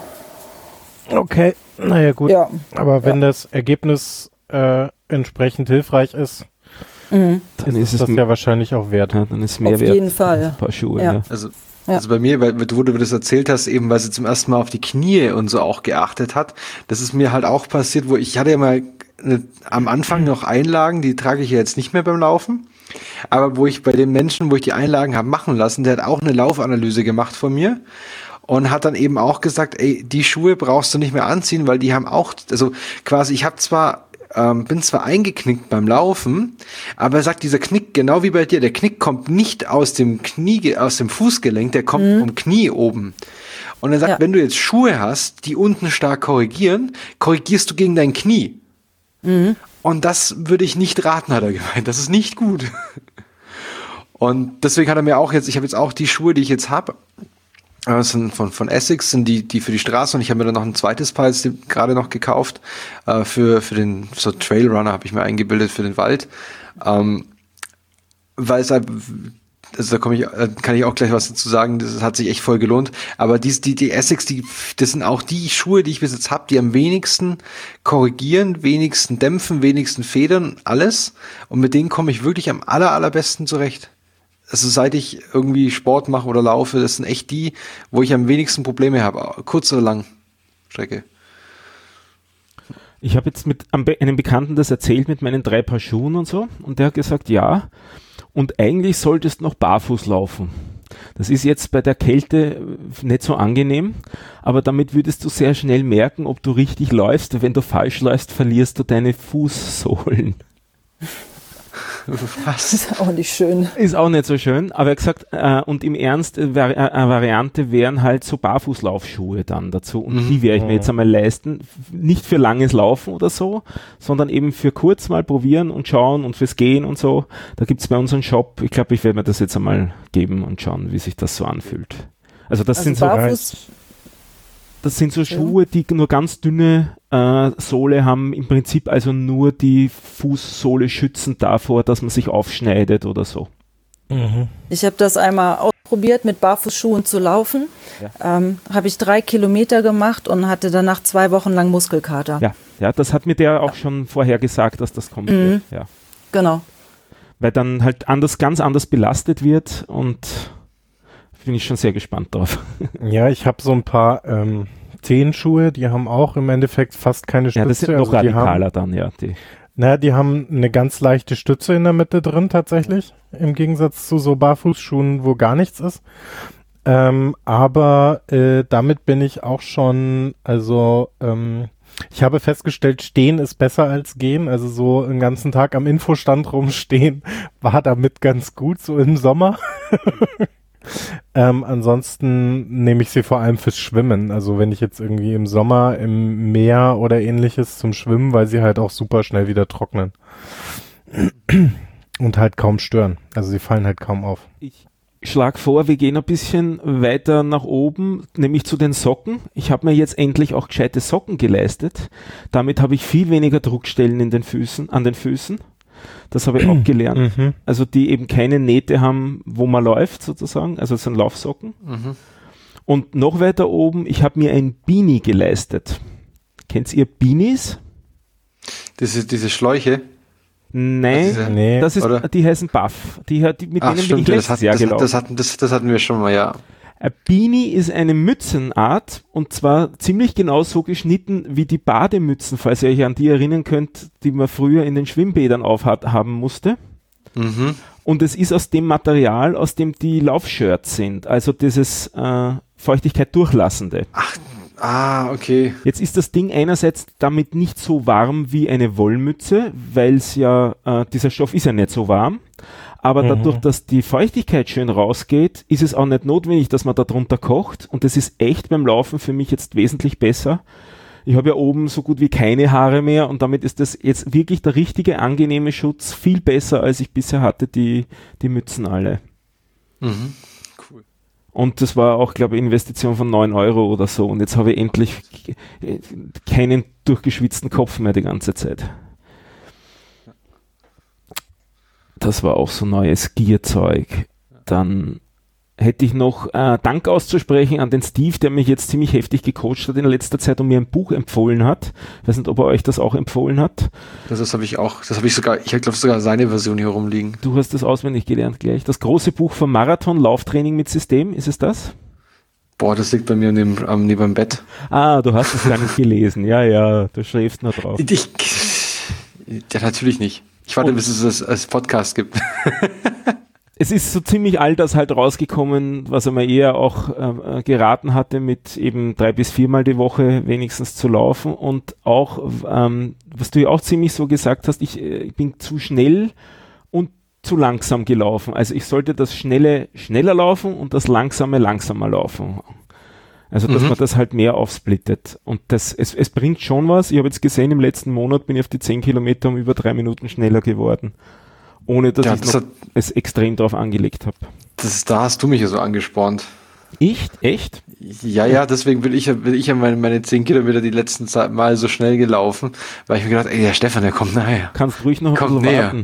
Okay, naja gut. Ja. Aber wenn ja. das Ergebnis äh, entsprechend hilfreich ist, mhm. dann ist, ist das es ja wahrscheinlich auch wert. Ja, dann ist mehr Auf wert. jeden Fall. Ein paar Schuhe, ja. ja. Also, ja. also bei mir, weil du, wo du das erzählt hast, eben weil sie zum ersten Mal auf die Knie und so auch geachtet hat, das ist mir halt auch passiert, wo ich hatte ja mal eine, am Anfang noch Einlagen, die trage ich ja jetzt nicht mehr beim Laufen, aber wo ich bei dem Menschen, wo ich die Einlagen habe machen lassen, der hat auch eine Laufanalyse gemacht von mir. Und hat dann eben auch gesagt, ey, die Schuhe brauchst du nicht mehr anziehen, weil die haben auch, also quasi, ich habe zwar, ähm, bin zwar eingeknickt beim Laufen, aber er sagt, dieser Knick, genau wie bei dir, der Knick kommt nicht aus dem Knie, aus dem Fußgelenk, der kommt mhm. vom Knie oben. Und er sagt, ja. wenn du jetzt Schuhe hast, die unten stark korrigieren, korrigierst du gegen dein Knie. Mhm. Und das würde ich nicht raten, hat er gemeint. Das ist nicht gut. Und deswegen hat er mir auch jetzt, ich habe jetzt auch die Schuhe, die ich jetzt habe, das sind von, von Essex, sind die, die für die Straße, und ich habe mir dann noch ein zweites Paar jetzt gerade noch gekauft, äh, für, für den, so Trailrunner habe ich mir eingebildet für den Wald, ähm, weil es halt, also da komme ich, kann ich auch gleich was dazu sagen, das hat sich echt voll gelohnt, aber die, die, die Essex, die, das sind auch die Schuhe, die ich bis jetzt habe, die am wenigsten korrigieren, wenigsten dämpfen, wenigsten federn, alles, und mit denen komme ich wirklich am aller, allerbesten zurecht. Also seit ich irgendwie Sport mache oder laufe, das sind echt die, wo ich am wenigsten Probleme habe, kurz oder lang Strecke. Ich habe jetzt mit einem Bekannten das erzählt mit meinen drei Paar Schuhen und so, und der hat gesagt, ja, und eigentlich solltest du noch barfuß laufen. Das ist jetzt bei der Kälte nicht so angenehm, aber damit würdest du sehr schnell merken, ob du richtig läufst. Wenn du falsch läufst, verlierst du deine Fußsohlen. Was? Das ist auch nicht schön. Ist auch nicht so schön, aber er hat gesagt, äh, und im Ernst, äh, Vari- äh, Variante wären halt so Barfußlaufschuhe dann dazu, und mhm. die werde ich mir jetzt einmal leisten, nicht für langes Laufen oder so, sondern eben für kurz mal probieren und schauen und fürs Gehen und so. Da gibt es bei uns einen Shop, ich glaube, ich werde mir das jetzt einmal geben und schauen, wie sich das so anfühlt. Also das also sind so Barfuß Das sind so Schuhe, die nur ganz dünne äh, Sohle haben, im Prinzip also nur die Fußsohle schützen davor, dass man sich aufschneidet oder so. Mhm. Ich habe das einmal ausprobiert, mit Barfußschuhen zu laufen. Ja. Ähm, habe ich drei Kilometer gemacht und hatte danach zwei Wochen lang Muskelkater. Ja, ja, das hat mir der auch schon vorher gesagt, dass das kommt. Mhm. Ja. Genau. Weil dann halt anders, ganz anders belastet wird, und bin ich schon sehr gespannt drauf. Ja, ich habe so ein paar ähm, Zehenschuhe, die haben auch im Endeffekt fast keine Stütze. Ja, das sind noch also die radikaler haben, dann, ja. Die. Naja, die haben eine ganz leichte Stütze in der Mitte drin tatsächlich, im Gegensatz zu so Barfußschuhen, wo gar nichts ist. Ähm, aber äh, damit bin ich auch schon, also ähm, ich habe festgestellt, stehen ist besser als gehen. Also so einen ganzen Tag am Infostand rumstehen war damit ganz gut, so im Sommer. Ähm, ansonsten nehme ich sie vor allem fürs Schwimmen. Also wenn ich jetzt irgendwie im Sommer im Meer oder ähnliches zum Schwimmen, weil sie halt auch super schnell wieder trocknen. Und halt kaum stören. Also sie fallen halt kaum auf. Ich schlage vor, wir gehen ein bisschen weiter nach oben, nämlich zu den Socken. Ich habe mir jetzt endlich auch gescheite Socken geleistet. Damit habe ich viel weniger Druckstellen in den Füßen, an den Füßen. Das habe ich auch gelernt. Mhm. Also die eben keine Nähte haben, wo man läuft sozusagen. Also es sind Laufsocken. Mhm. Und noch weiter oben, ich habe mir ein Beanie geleistet. Kennt ihr Beanies? Diese, diese Schläuche? Nein, diese, nee, das ist, oder? die heißen Buff. Die, die, mit Ach, denen stimmt, bin ich das, letztes hat, Jahr das, gelaufen. das, hatten, das, das hatten wir schon mal, ja. Ein Beanie ist eine Mützenart und zwar ziemlich genau so geschnitten wie die Bademützen, falls ihr euch an die erinnern könnt, die man früher in den Schwimmbädern aufhaben musste. Mhm. Und es ist aus dem Material, aus dem die Laufshirts sind, also dieses äh, Feuchtigkeit durchlassende. Ach, ah, okay. Jetzt ist das Ding einerseits damit nicht so warm wie eine Wollmütze, weil es ja, äh, dieser Stoff ist ja nicht so warm. Aber mhm. dadurch, dass die Feuchtigkeit schön rausgeht, ist es auch nicht notwendig, dass man da drunter kocht. Und das ist echt beim Laufen für mich jetzt wesentlich besser. Ich habe ja oben so gut wie keine Haare mehr und damit ist das jetzt wirklich der richtige, angenehme Schutz. Viel besser, als ich bisher hatte, die, die Mützen alle. Mhm. Cool. Und das war auch, glaube ich, Investition von neun Euro oder so. Und jetzt habe ich endlich keinen durchgeschwitzten Kopf mehr die ganze Zeit. Das war auch so neues Gierzeug. Dann hätte ich noch äh, Dank auszusprechen an den Steve, der mich jetzt ziemlich heftig gecoacht hat in letzter Zeit und mir ein Buch empfohlen hat. Ich weiß nicht, ob er euch das auch empfohlen hat. Das, das habe ich auch, das habe ich sogar, ich glaube sogar seine Version hier rumliegen. Du hast das auswendig gelernt gleich. Das große Buch vom Marathon, Lauftraining mit System, ist es das? Boah, das liegt bei mir neben, um, neben dem Bett. Ah, du hast es gar nicht gelesen. Ja, ja, du schläfst nur drauf. Ich, ja, natürlich nicht. Ich warte, bis es das als Podcast gibt. Es ist so ziemlich all das halt rausgekommen, was er mir eher auch äh, geraten hatte, mit eben drei bis viermal die Woche wenigstens zu laufen und auch, ähm, was du ja auch ziemlich so gesagt hast, ich, ich bin zu schnell und zu langsam gelaufen. Also ich sollte das Schnelle schneller laufen und das Langsame langsamer laufen. Also, dass mhm. man das halt mehr aufsplittet. Und das, es, es bringt schon was. Ich habe jetzt gesehen, im letzten Monat bin ich auf die zehn Kilometer um über drei Minuten schneller geworden. Ohne, dass ja, ich das noch hat, es extrem drauf angelegt habe. Das, da hast du mich ja so angespornt. Ich? Echt? Ja, ja, deswegen bin ich, bin ich ja meine, meine zehn Kilometer die letzten Zeit mal so schnell gelaufen, weil ich mir gedacht, ey, der Stefan, der kommt näher. Kannst ruhig noch ein kommt bisschen näher. warten.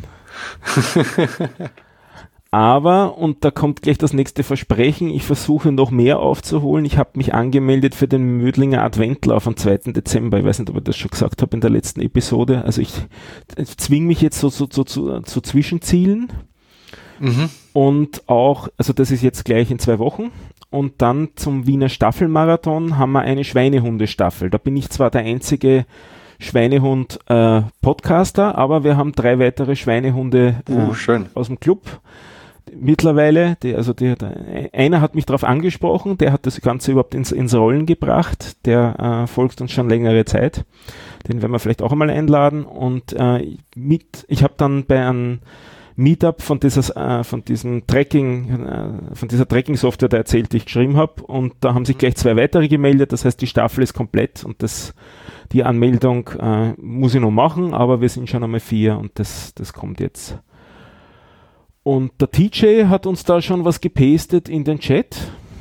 Aber, und da kommt gleich das nächste Versprechen, ich versuche noch mehr aufzuholen. Ich habe mich angemeldet für den Mödlinger Adventlauf am zweiten Dezember. Ich weiß nicht, ob ich das schon gesagt habe in der letzten Episode. Also ich, ich zwinge mich jetzt so, so, so zu, zu Zwischenzielen. Mhm. Und auch, also das ist jetzt gleich in zwei Wochen. Und dann zum Wiener Staffelmarathon haben wir eine Schweinehunde-Staffel. Da bin ich zwar der einzige Schweinehund-Podcaster, äh, aber wir haben drei weitere Schweinehunde äh, uh, schön. aus dem Club. Mittlerweile, die, also die, der, einer hat mich darauf angesprochen, der hat das Ganze überhaupt ins, ins Rollen gebracht, der äh, folgt uns schon längere Zeit, den werden wir vielleicht auch einmal einladen und äh, mit, ich habe dann bei einem Meetup von dieser, äh, von diesem Tracking, äh, von dieser Tracking-Software, der erzählt, die ich geschrieben habe und da haben sich gleich zwei weitere gemeldet, das heißt die Staffel ist komplett und das, die Anmeldung äh, muss ich noch machen, aber wir sind schon einmal vier und das, das kommt jetzt. Und der T J hat uns da schon was gepastet in den Chat.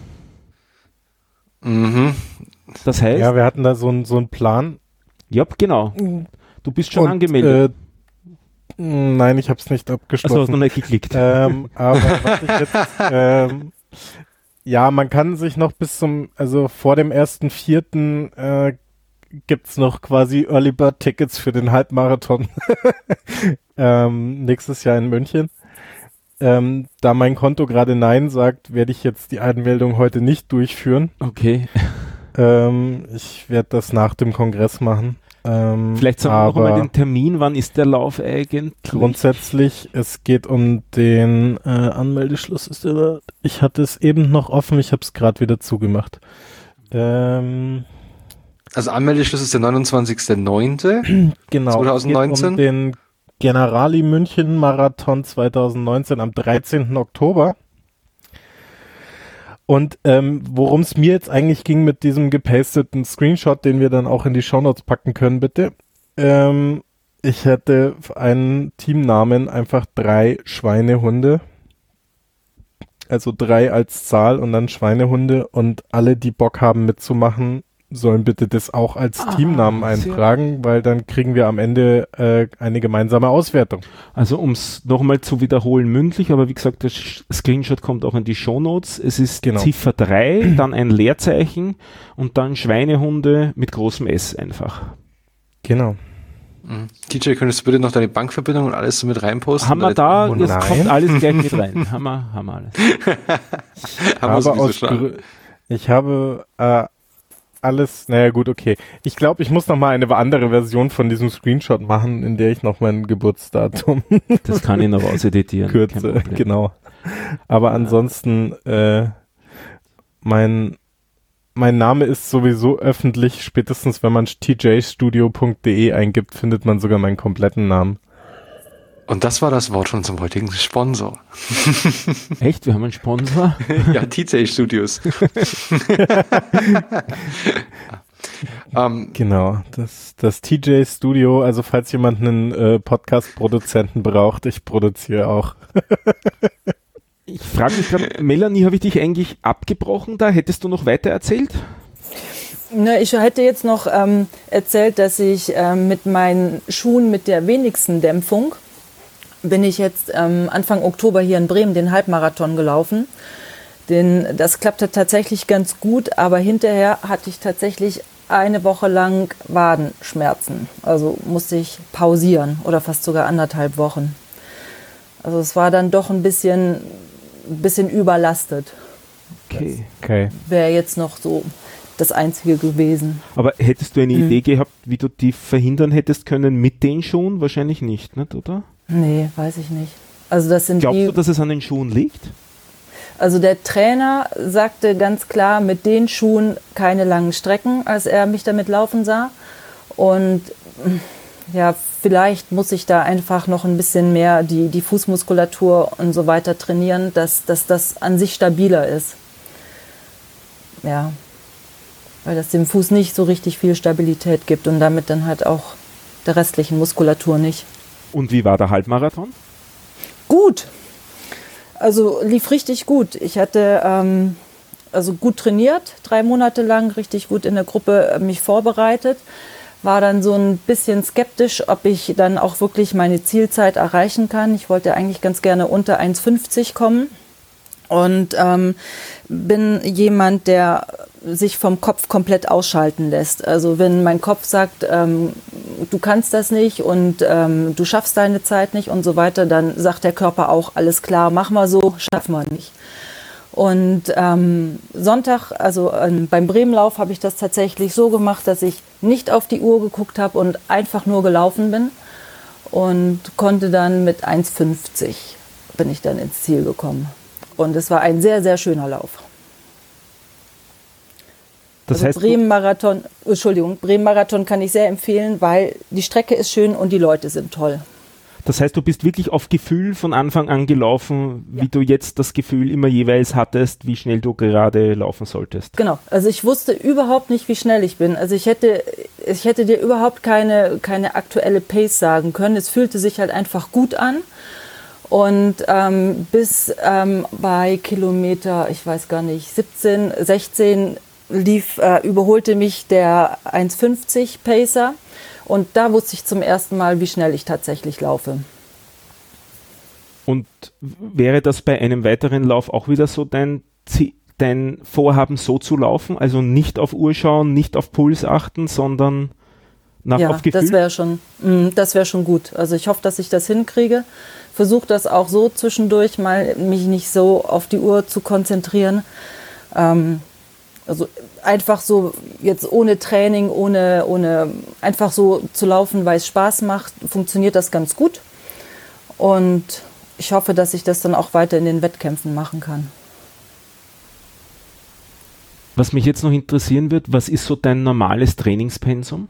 Mhm. Das heißt... Ja, wir hatten da so einen so einen Plan. Ja, genau. Du bist schon und, angemeldet. Äh, nein, ich habe es nicht abgeschlossen. Achso, hast du noch nicht geklickt. Ähm, aber was ich jetzt... Ähm, ja, man kann sich noch bis zum... Also vor dem ersten Vierten äh, gibt's noch quasi Early Bird Tickets für den Halbmarathon. ähm, nächstes Jahr in München. Ähm, da mein Konto gerade Nein sagt, werde ich jetzt die Anmeldung heute nicht durchführen. Okay. Ähm, ich werde das nach dem Kongress machen. Ähm, Vielleicht sagen wir noch mal den Termin, wann ist der Lauf eigentlich? Grundsätzlich, es geht um den äh, Anmeldeschluss. Ist der, ich hatte es eben noch offen, ich habe es gerade wieder zugemacht. Ähm, also Anmeldeschluss ist der neunundzwanzigster neunter Genau. zweitausendneunzehn. Es geht um den Generali München Marathon zweitausendneunzehn am dreizehnten Oktober. Und ähm, worum es mir jetzt eigentlich ging mit diesem gepasteten Screenshot, den wir dann auch in die Shownotes packen können, bitte. Ähm, ich hätte einen Teamnamen einfach drei Schweinehunde. Also drei als Zahl und dann Schweinehunde und alle, die Bock haben mitzumachen, sollen bitte das auch als Ah, Teamnamen sehr- eintragen, weil dann kriegen wir am Ende äh, eine gemeinsame Auswertung. Also um es nochmal zu wiederholen mündlich, aber wie gesagt, das Sch- Screenshot kommt auch in die Shownotes. Es ist Genau. Ziffer drei, dann ein Leerzeichen und dann Schweinehunde mit großem S einfach. Genau. Mhm. D J, könntest du bitte noch deine Bankverbindung und alles so mit reinposten? Haben wir Weil da, jetzt- das Nein. kommt alles gleich mit rein. Haben wir, haben wir alles. haben wir sowieso aus schon. Grü- ich habe äh, alles, naja gut, okay. Ich glaube, ich muss noch mal eine andere Version von diesem Screenshot machen, in der ich noch mein Geburtsdatum Das kann ich noch auseditieren. kein kürze. Problem. Genau. Aber ansonsten, äh, mein, mein Name ist sowieso öffentlich. Spätestens wenn man t j studio punkt d e eingibt, findet man sogar meinen kompletten Namen. Und das war das Wort schon zum heutigen Sponsor. Echt? Wir haben einen Sponsor? Ja, T J Studios. ähm, Genau, das, das T J Studio, also falls jemand einen äh, Podcast-Produzenten braucht, ich produziere auch. Ich frage mich gerade, Melanie, habe ich dich eigentlich abgebrochen da? Hättest du noch weiter erzählt? Ne, ich hätte jetzt noch ähm, erzählt, dass ich ähm, mit meinen Schuhen mit der wenigsten Dämpfung bin ich jetzt ähm, Anfang Oktober hier in Bremen den Halbmarathon gelaufen. Den, das klappte tatsächlich ganz gut, aber hinterher hatte ich tatsächlich eine Woche lang Wadenschmerzen. Also musste ich pausieren oder fast sogar anderthalb Wochen. Also es war dann doch ein bisschen, ein bisschen überlastet. Okay. Okay. Wäre jetzt noch so das Einzige gewesen. Aber hättest du eine Mhm. Idee gehabt, wie du die verhindern hättest können mit den Schuhen? Wahrscheinlich nicht, nicht oder? Nee, weiß ich nicht. Also das sind Glaubst die, du, dass es an den Schuhen liegt? also der Trainer sagte ganz klar, mit den Schuhen keine langen Strecken, als er mich damit laufen sah. Und ja, vielleicht muss ich da einfach noch ein bisschen mehr die, die Fußmuskulatur und so weiter trainieren, dass, dass das an sich stabiler ist. Ja, weil das dem Fuß nicht so richtig viel Stabilität gibt und damit dann halt auch der restlichen Muskulatur nicht. Und wie war der Halbmarathon? Gut. Also lief richtig gut. Ich hatte ähm, also gut trainiert, drei Monate lang, richtig gut in der Gruppe äh, mich vorbereitet. War dann so ein bisschen skeptisch, ob ich dann auch wirklich meine Zielzeit erreichen kann. Ich wollte eigentlich ganz gerne unter eins fünfzig kommen. Und ähm, bin jemand, der sich vom Kopf komplett ausschalten lässt. Also wenn mein Kopf sagt, ähm, du kannst das nicht und ähm, du schaffst deine Zeit nicht und so weiter, dann sagt der Körper auch, alles klar, mach mal so, schaffen wir nicht. Und ähm, Sonntag, also ähm, beim Bremenlauf habe ich das tatsächlich so gemacht, dass ich nicht auf die Uhr geguckt habe und einfach nur gelaufen bin und konnte dann mit eins fünfzig bin ich dann ins Ziel gekommen. Und es war ein sehr, sehr schöner Lauf. Das also heißt, Bremen-Marathon, Entschuldigung, Bremen-Marathon kann ich sehr empfehlen, weil die Strecke ist schön und die Leute sind toll. das heißt, du bist wirklich auf Gefühl von Anfang an gelaufen, Ja. wie du jetzt das Gefühl immer jeweils hattest, wie schnell du gerade laufen solltest. Genau, also ich wusste überhaupt nicht, wie schnell ich bin. Also ich hätte, ich hätte dir überhaupt keine, keine aktuelle Pace sagen können. Es fühlte sich halt einfach gut an. Und ähm, bis ähm, bei Kilometer, ich weiß gar nicht, siebzehn, sechzehn lief, äh, überholte mich der eins fünfzig Pacer. Und da wusste ich zum ersten Mal, wie schnell ich tatsächlich laufe. Und wäre das bei einem weiteren Lauf auch wieder so dein, Zie- dein Vorhaben, so zu laufen? Also nicht auf Uhr schauen, nicht auf Puls achten, sondern nach Ja, auf Gefühl? das wäre schon, mh, das wäre schon gut. Also ich hoffe, dass ich das hinkriege. Versuche das auch so zwischendurch, mal mich nicht so auf die Uhr zu konzentrieren. Ähm, also einfach so jetzt ohne Training, ohne, ohne einfach so zu laufen, weil es Spaß macht, funktioniert das ganz gut. Und ich hoffe, dass ich das dann auch weiter in den Wettkämpfen machen kann. Was mich jetzt noch interessieren wird, was ist so dein normales Trainingspensum?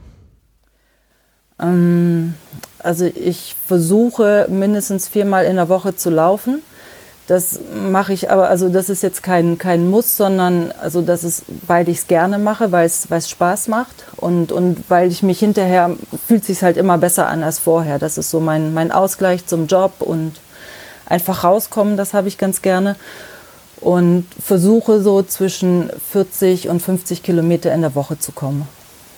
Ähm, also ich versuche mindestens viermal in der Woche zu laufen. Das mache ich aber, also das ist jetzt kein, kein Muss, sondern also das ist, weil ich es gerne mache, weil es, weil es Spaß macht und, und weil ich mich hinterher, fühlt es sich halt immer besser an als vorher. Das ist so mein, mein Ausgleich zum Job und einfach rauskommen, das habe ich ganz gerne. und versuche so zwischen vierzig und fünfzig Kilometer in der Woche zu kommen.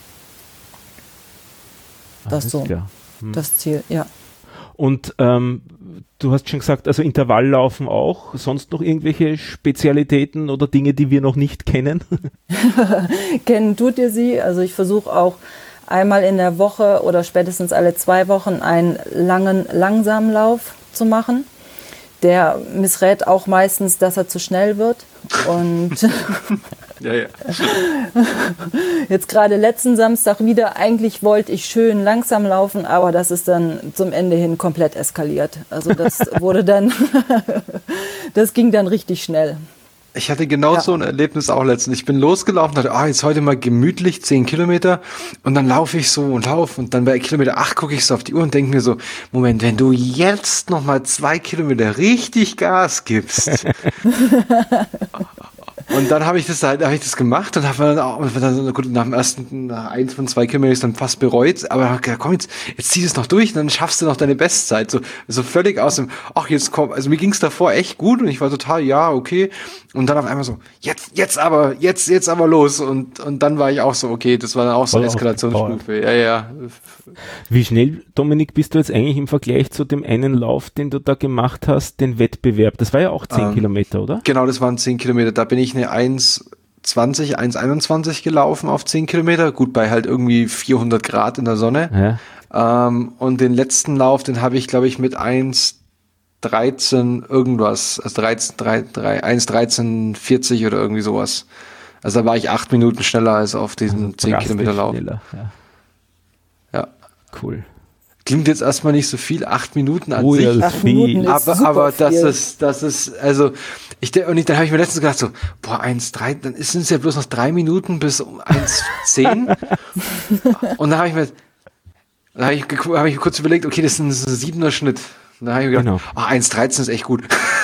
Das ist so klar. Hm. das Ziel, ja. Und ähm, du hast schon gesagt, also Intervalllaufen auch, sonst noch irgendwelche Spezialitäten oder Dinge, die wir noch nicht kennen? Kennen tut ihr sie, also ich versuche auch einmal in der Woche oder spätestens alle zwei Wochen einen langen, langsamen Lauf zu machen. Der missrät auch meistens, dass er zu schnell wird. Und ja, ja. Jetzt gerade letzten Samstag wieder, eigentlich wollte ich schön langsam laufen, aber das ist dann zum Ende hin komplett eskaliert. Also das wurde dann, das ging dann richtig schnell. Ich hatte genau ja. so ein Erlebnis auch letztens. Ich bin losgelaufen und dachte, ah, jetzt heute mal gemütlich zehn Kilometer und dann laufe ich so und laufe und dann bei Kilometer acht gucke ich so auf die Uhr und denke mir so, Moment, wenn du jetzt noch mal zwei Kilometer richtig Gas gibst und dann habe ich das halt, habe ich das gemacht und habe dann auch, dann, gut, nach dem ersten, nach eins von zwei Kilometern ist dann fast bereut, aber komm, jetzt, jetzt zieh es noch durch und dann schaffst du noch deine Bestzeit. So, so völlig aus dem, ach, jetzt komm, also mir ging es davor echt gut und ich war total, ja, okay. Und dann auf einmal so, jetzt, jetzt aber, jetzt, jetzt aber los. Und, und dann war ich auch so, okay, das war dann auch so eine Eskalationsstufe. Ja, ja. Wie schnell, Dominik, bist du jetzt eigentlich im Vergleich zu dem einen Lauf, den du da gemacht hast, den Wettbewerb? Das war ja auch zehn ähm, Kilometer, oder? Genau, das waren zehn Kilometer. Da bin ich eine eins zwanzig, eins einundzwanzig gelaufen auf zehn Kilometer. Gut, bei halt irgendwie vierhundert Grad in der Sonne. Ja. Ähm, und den letzten Lauf, den habe ich, glaube ich, mit eins dreizehn irgendwas, also dreizehn, drei, drei, eins dreizehn vierzig oder irgendwie sowas. Also da war ich acht Minuten schneller als auf diesen also zehn Kilometer Lauf. Schneller, ja. ja. Cool. Klingt jetzt erstmal nicht so viel, acht Minuten an oh, sich. Ja, acht Minuten ist aber super aber das viel. ist, das ist, also ich und ich, dann habe ich mir letztens gedacht so, boah, eins drei, dann sind es ja bloß noch drei Minuten bis um eins zehn. Und dann habe ich mir, dann habe ich, hab ich kurz überlegt, okay, das ist ein siebener Schnitt. Da habe ich mir gedacht, genau. oh, eins dreizehn ist echt gut.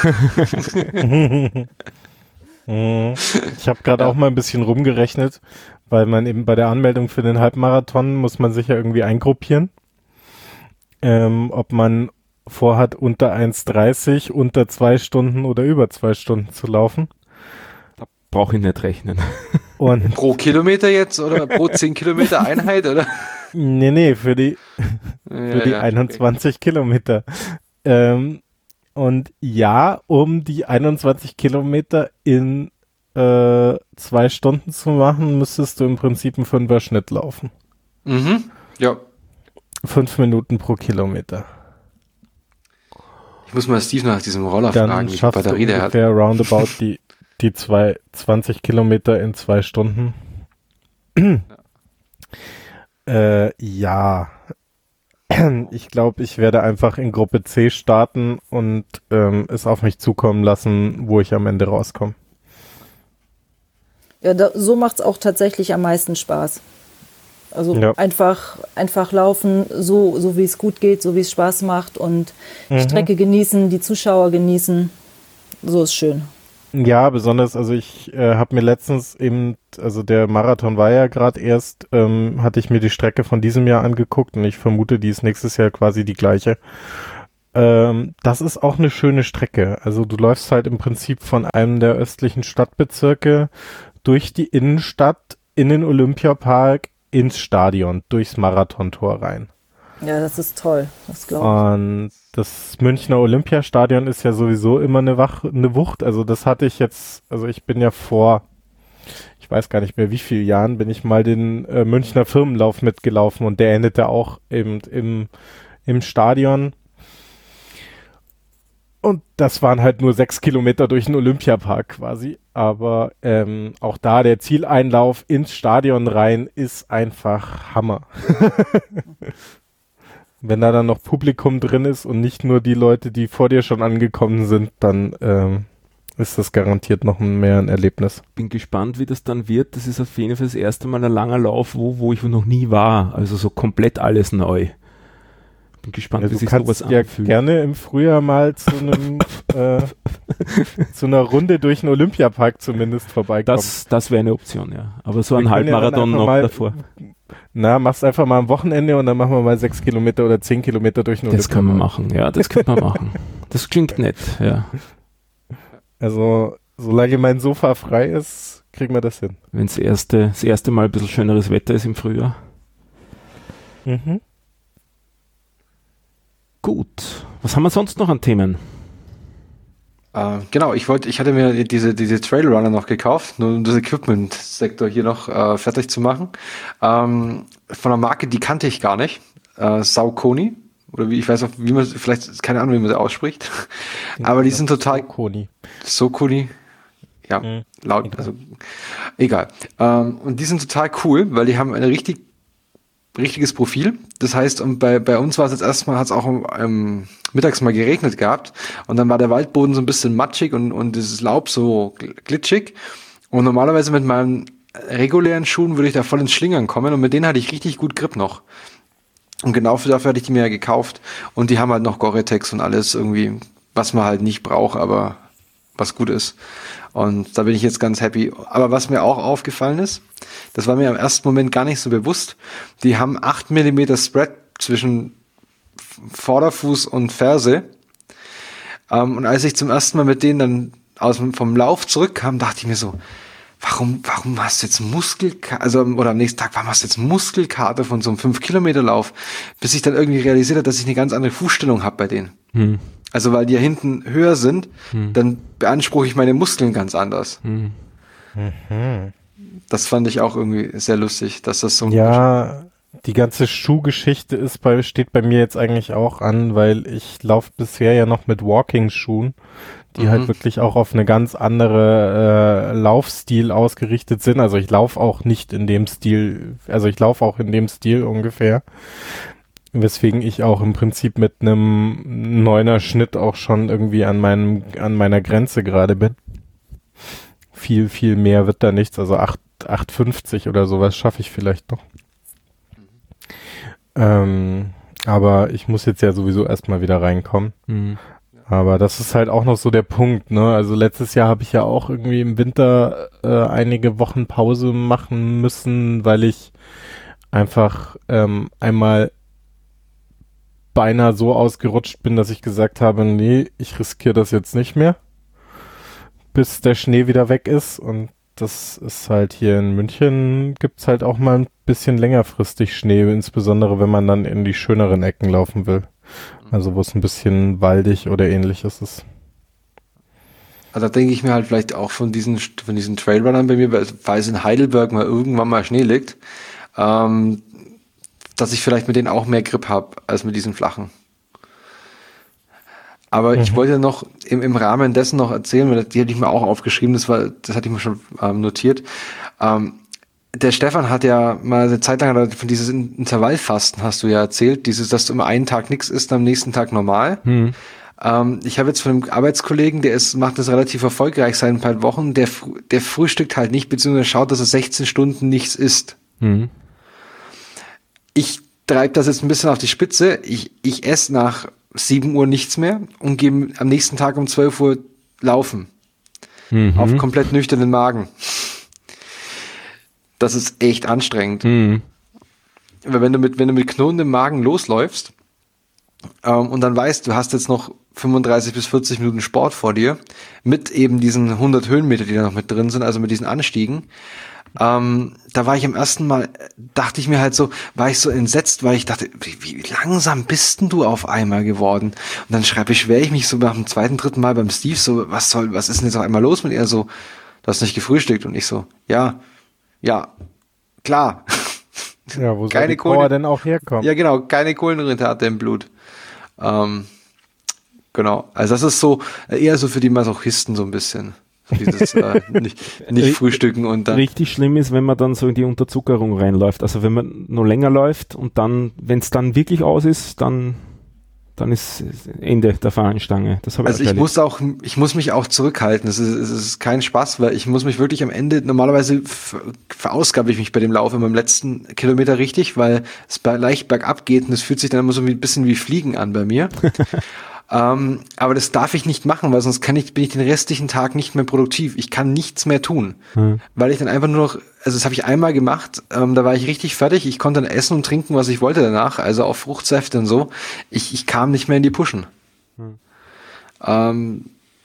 Ich habe gerade ja. auch mal ein bisschen rumgerechnet, weil man eben bei der Anmeldung für den Halbmarathon muss man sich ja irgendwie eingruppieren. Ähm, ob man vorhat, unter eins dreißig, unter zwei Stunden oder über zwei Stunden zu laufen. Da brauche ich nicht rechnen. Und pro Kilometer jetzt oder pro zehn Kilometer Einheit, oder? Nee, nee, für die, für ja, die ja, einundzwanzig okay. Kilometer. Ähm, und ja, um die einundzwanzig Kilometer in äh, zwei Stunden zu machen, müsstest du im Prinzip einen Fünfer-Schnitt laufen. Mhm, ja. Fünf Minuten pro Kilometer. Ich muss mal Steve nach diesem Roller Dann fragen, wie die schaffst Batterie du der hat. ungefähr roundabout die, die zwei, zwanzig Kilometer in zwei Stunden. Ja. Äh, ja. Ich glaube, ich werde einfach in Gruppe C starten und ähm, es auf mich zukommen lassen, wo ich am Ende rauskomme. Ja, da, so macht es auch tatsächlich am meisten Spaß. Also ja. einfach, einfach laufen, so, so wie es gut geht, so wie es Spaß macht und die mhm. Strecke genießen, die Zuschauer genießen. So ist schön. Ja, besonders, also ich äh, habe mir letztens eben, also der Marathon war ja gerade erst, ähm, hatte ich mir die Strecke von diesem Jahr angeguckt und ich vermute, die ist nächstes Jahr quasi die gleiche. Ähm, das ist auch eine schöne Strecke. Also du läufst halt im Prinzip von einem der östlichen Stadtbezirke durch die Innenstadt, in den Olympiapark, ins Stadion, durchs Marathontor rein. Ja, das ist toll, das glaube ich. Und das Münchner Olympiastadion ist ja sowieso immer eine, Wach, eine Wucht. Also das hatte ich jetzt, also ich bin ja vor, ich weiß gar nicht mehr wie viele Jahren, bin ich mal den äh, Münchner Firmenlauf mitgelaufen und der endete auch eben im, im Stadion. Und das waren halt nur sechs Kilometer durch den Olympiapark quasi. Aber ähm, auch da der Zieleinlauf ins Stadion rein ist einfach Hammer. Wenn da dann noch Publikum drin ist und nicht nur die Leute, die vor dir schon angekommen sind, dann ähm, ist das garantiert noch mehr ein Erlebnis. Bin gespannt, wie das dann wird. Das ist auf jeden Fall das erste Mal ein langer Lauf, wo, wo ich noch nie war. Also so komplett alles neu. Bin gespannt, ja, wie sich sowas ja anfühlt. Gerne im Frühjahr mal zu einem äh, zu einer Runde durch den Olympiapark zumindest vorbeikommen. Das, das wäre eine Option, ja. Aber so ein Halbmarathon ja noch mal, davor. Na, mach's einfach mal am Wochenende und dann machen wir mal sechs Kilometer oder zehn Kilometer durch den Olympiapark. Das können wir machen, ja, das können wir machen. Das klingt nett, ja. Also solange mein Sofa frei ist, kriegen wir das hin. Wenn das erste, das erste Mal ein bisschen schöneres Wetter ist im Frühjahr. Mhm. Gut. Was haben wir sonst noch an Themen? Äh, genau, ich wollte, ich hatte mir diese, diese Trailrunner noch gekauft, nur um das Equipment-Sektor hier noch äh, fertig zu machen. Ähm, von einer Marke, die kannte ich gar nicht. Äh, Saucony. Oder wie, ich weiß auch, wie man, vielleicht, keine Ahnung, wie man sie ausspricht. Aber die sind total. Saucony. Saucony. Ja, Mhm. laut, Egal. also, egal. Ähm, und die sind total cool, weil die haben ein richtig, richtiges Profil. Das heißt, und bei, bei uns war es jetzt erstmal, hat es auch ähm, mittags mal geregnet gehabt. Und dann war der Waldboden so ein bisschen matschig und, und dieses Laub so glitschig. Und normalerweise mit meinen regulären Schuhen würde ich da voll ins Schlingern kommen. Und mit denen hatte ich richtig gut Grip noch. Und genau dafür hatte ich die mir ja gekauft. Und die haben halt noch Gore-Tex und alles irgendwie, was man halt nicht braucht, aber was gut ist. Und da bin ich jetzt ganz happy. Aber was mir auch aufgefallen ist, das war mir im ersten Moment gar nicht so bewusst, die haben acht Millimeter Spread zwischen Vorderfuß und Ferse. Ähm, und als ich zum ersten Mal mit denen dann aus dem, vom Lauf zurückkam, dachte ich mir so, Warum, warum hast du jetzt Muskelkater, also, oder am nächsten Tag, warum hast du jetzt Muskelkater von so einem fünf Kilometer Lauf, bis ich dann irgendwie realisiert habe, dass ich eine ganz andere Fußstellung habe bei denen. Hm. Also, weil die ja hinten höher sind, Hm. dann beanspruche ich meine Muskeln ganz anders. Hm. Das fand ich auch irgendwie sehr lustig, dass das so. Ja, die ganze Schuhgeschichte ist bei, steht bei mir jetzt eigentlich auch an, weil ich laufe bisher ja noch mit Walking-Schuhen, die Mhm. halt wirklich auch auf eine ganz andere äh, Laufstil ausgerichtet sind. Also ich laufe auch nicht in dem Stil, also ich laufe auch in dem Stil ungefähr. Weswegen ich auch im Prinzip mit einem neuner Schnitt auch schon irgendwie an meinem, an meiner Grenze gerade bin. Viel, viel mehr wird da nichts. Also acht, acht fünfzig oder sowas schaffe ich vielleicht noch. Ähm, aber ich muss jetzt ja sowieso erstmal wieder reinkommen. Hm. Aber das ist halt auch noch so der Punkt, ne? Also letztes Jahr habe ich ja auch irgendwie im Winter äh, einige Wochen Pause machen müssen, weil ich einfach ähm, einmal beinahe so ausgerutscht bin, dass ich gesagt habe, nee, ich riskiere das jetzt nicht mehr, bis der Schnee wieder weg ist. Und das ist halt hier in München, gibt's halt auch mal ein bisschen längerfristig Schnee, insbesondere wenn man dann in die schöneren Ecken laufen will. Also wo es ein bisschen waldig oder ähnliches ist. Also da denke ich mir halt vielleicht auch von diesen, von diesen Trailrunnern bei mir, weil es in Heidelberg mal irgendwann mal Schnee liegt, ähm, dass ich vielleicht mit denen auch mehr Grip habe als mit diesen flachen. Aber mhm. ich wollte noch im, im Rahmen dessen noch erzählen, weil die hatte ich mir auch aufgeschrieben, das war, das hatte ich mir schon ähm, notiert. Ähm, der Stefan hat ja mal eine Zeit lang von dieses Intervallfasten, hast du ja erzählt, dieses, dass du immer einen Tag nichts isst, am nächsten Tag normal. Hm. Ähm, ich habe jetzt von einem Arbeitskollegen, der ist, macht das relativ erfolgreich seit ein paar Wochen, der, der frühstückt halt nicht, beziehungsweise schaut, dass er sechzehn Stunden nichts isst. Hm. Ich treibe das jetzt ein bisschen auf die Spitze. Ich, ich esse nach sieben Uhr nichts mehr und gehe am nächsten Tag um zwölf Uhr laufen. Mhm. Auf komplett nüchternen Magen. Das ist echt anstrengend. Mhm. Weil wenn du mit, wenn du mit knurrendem Magen losläufst ähm, und dann weißt, du hast jetzt noch fünfunddreißig bis vierzig Minuten Sport vor dir, mit eben diesen hundert Höhenmeter, die da noch mit drin sind, also mit diesen Anstiegen, ähm, da war ich am ersten Mal, dachte ich mir halt so, war ich so entsetzt, weil ich dachte, wie, wie langsam bist denn du auf einmal geworden? Und dann schreibe ich, beschwere ich mich so nach dem zweiten, dritten Mal beim Steve so, was soll, was ist denn jetzt auf einmal los mit ihr? So, du hast nicht gefrühstückt. Und ich so, ja, ja, klar. Ja, wo soll Keine die Power Kohlen- denn auch herkommen? Ja, genau, keine Kohlenhydrate im Blut. Ähm, genau, also das ist so, eher so für die Masochisten so ein bisschen. Dieses äh, nicht, nicht frühstücken und dann. Richtig schlimm ist, wenn man dann so in die Unterzuckerung reinläuft. Also wenn man noch länger läuft und dann, wenn es dann wirklich aus ist, dann, dann ist Ende der Fahnenstange. Das habe ich Also ich muss auch, ich muss mich auch zurückhalten. Es ist, es ist kein Spaß, weil ich muss mich wirklich am Ende, normalerweise ver- verausgabe ich mich bei dem Lauf immer im letzten Kilometer richtig, weil es bei, leicht bergab geht und es fühlt sich dann immer so ein bisschen wie Fliegen an bei mir. ähm, aber das darf ich nicht machen, weil sonst kann ich, bin ich den restlichen Tag nicht mehr produktiv. Ich kann nichts mehr tun, Hm. weil ich dann einfach nur noch, also das habe ich einmal gemacht, ähm, da war ich richtig fertig. Ich konnte dann essen und trinken, was ich wollte danach, also auch Fruchtsäfte und so. Ich, ich kam nicht mehr in die Pushen. Hm. Ähm,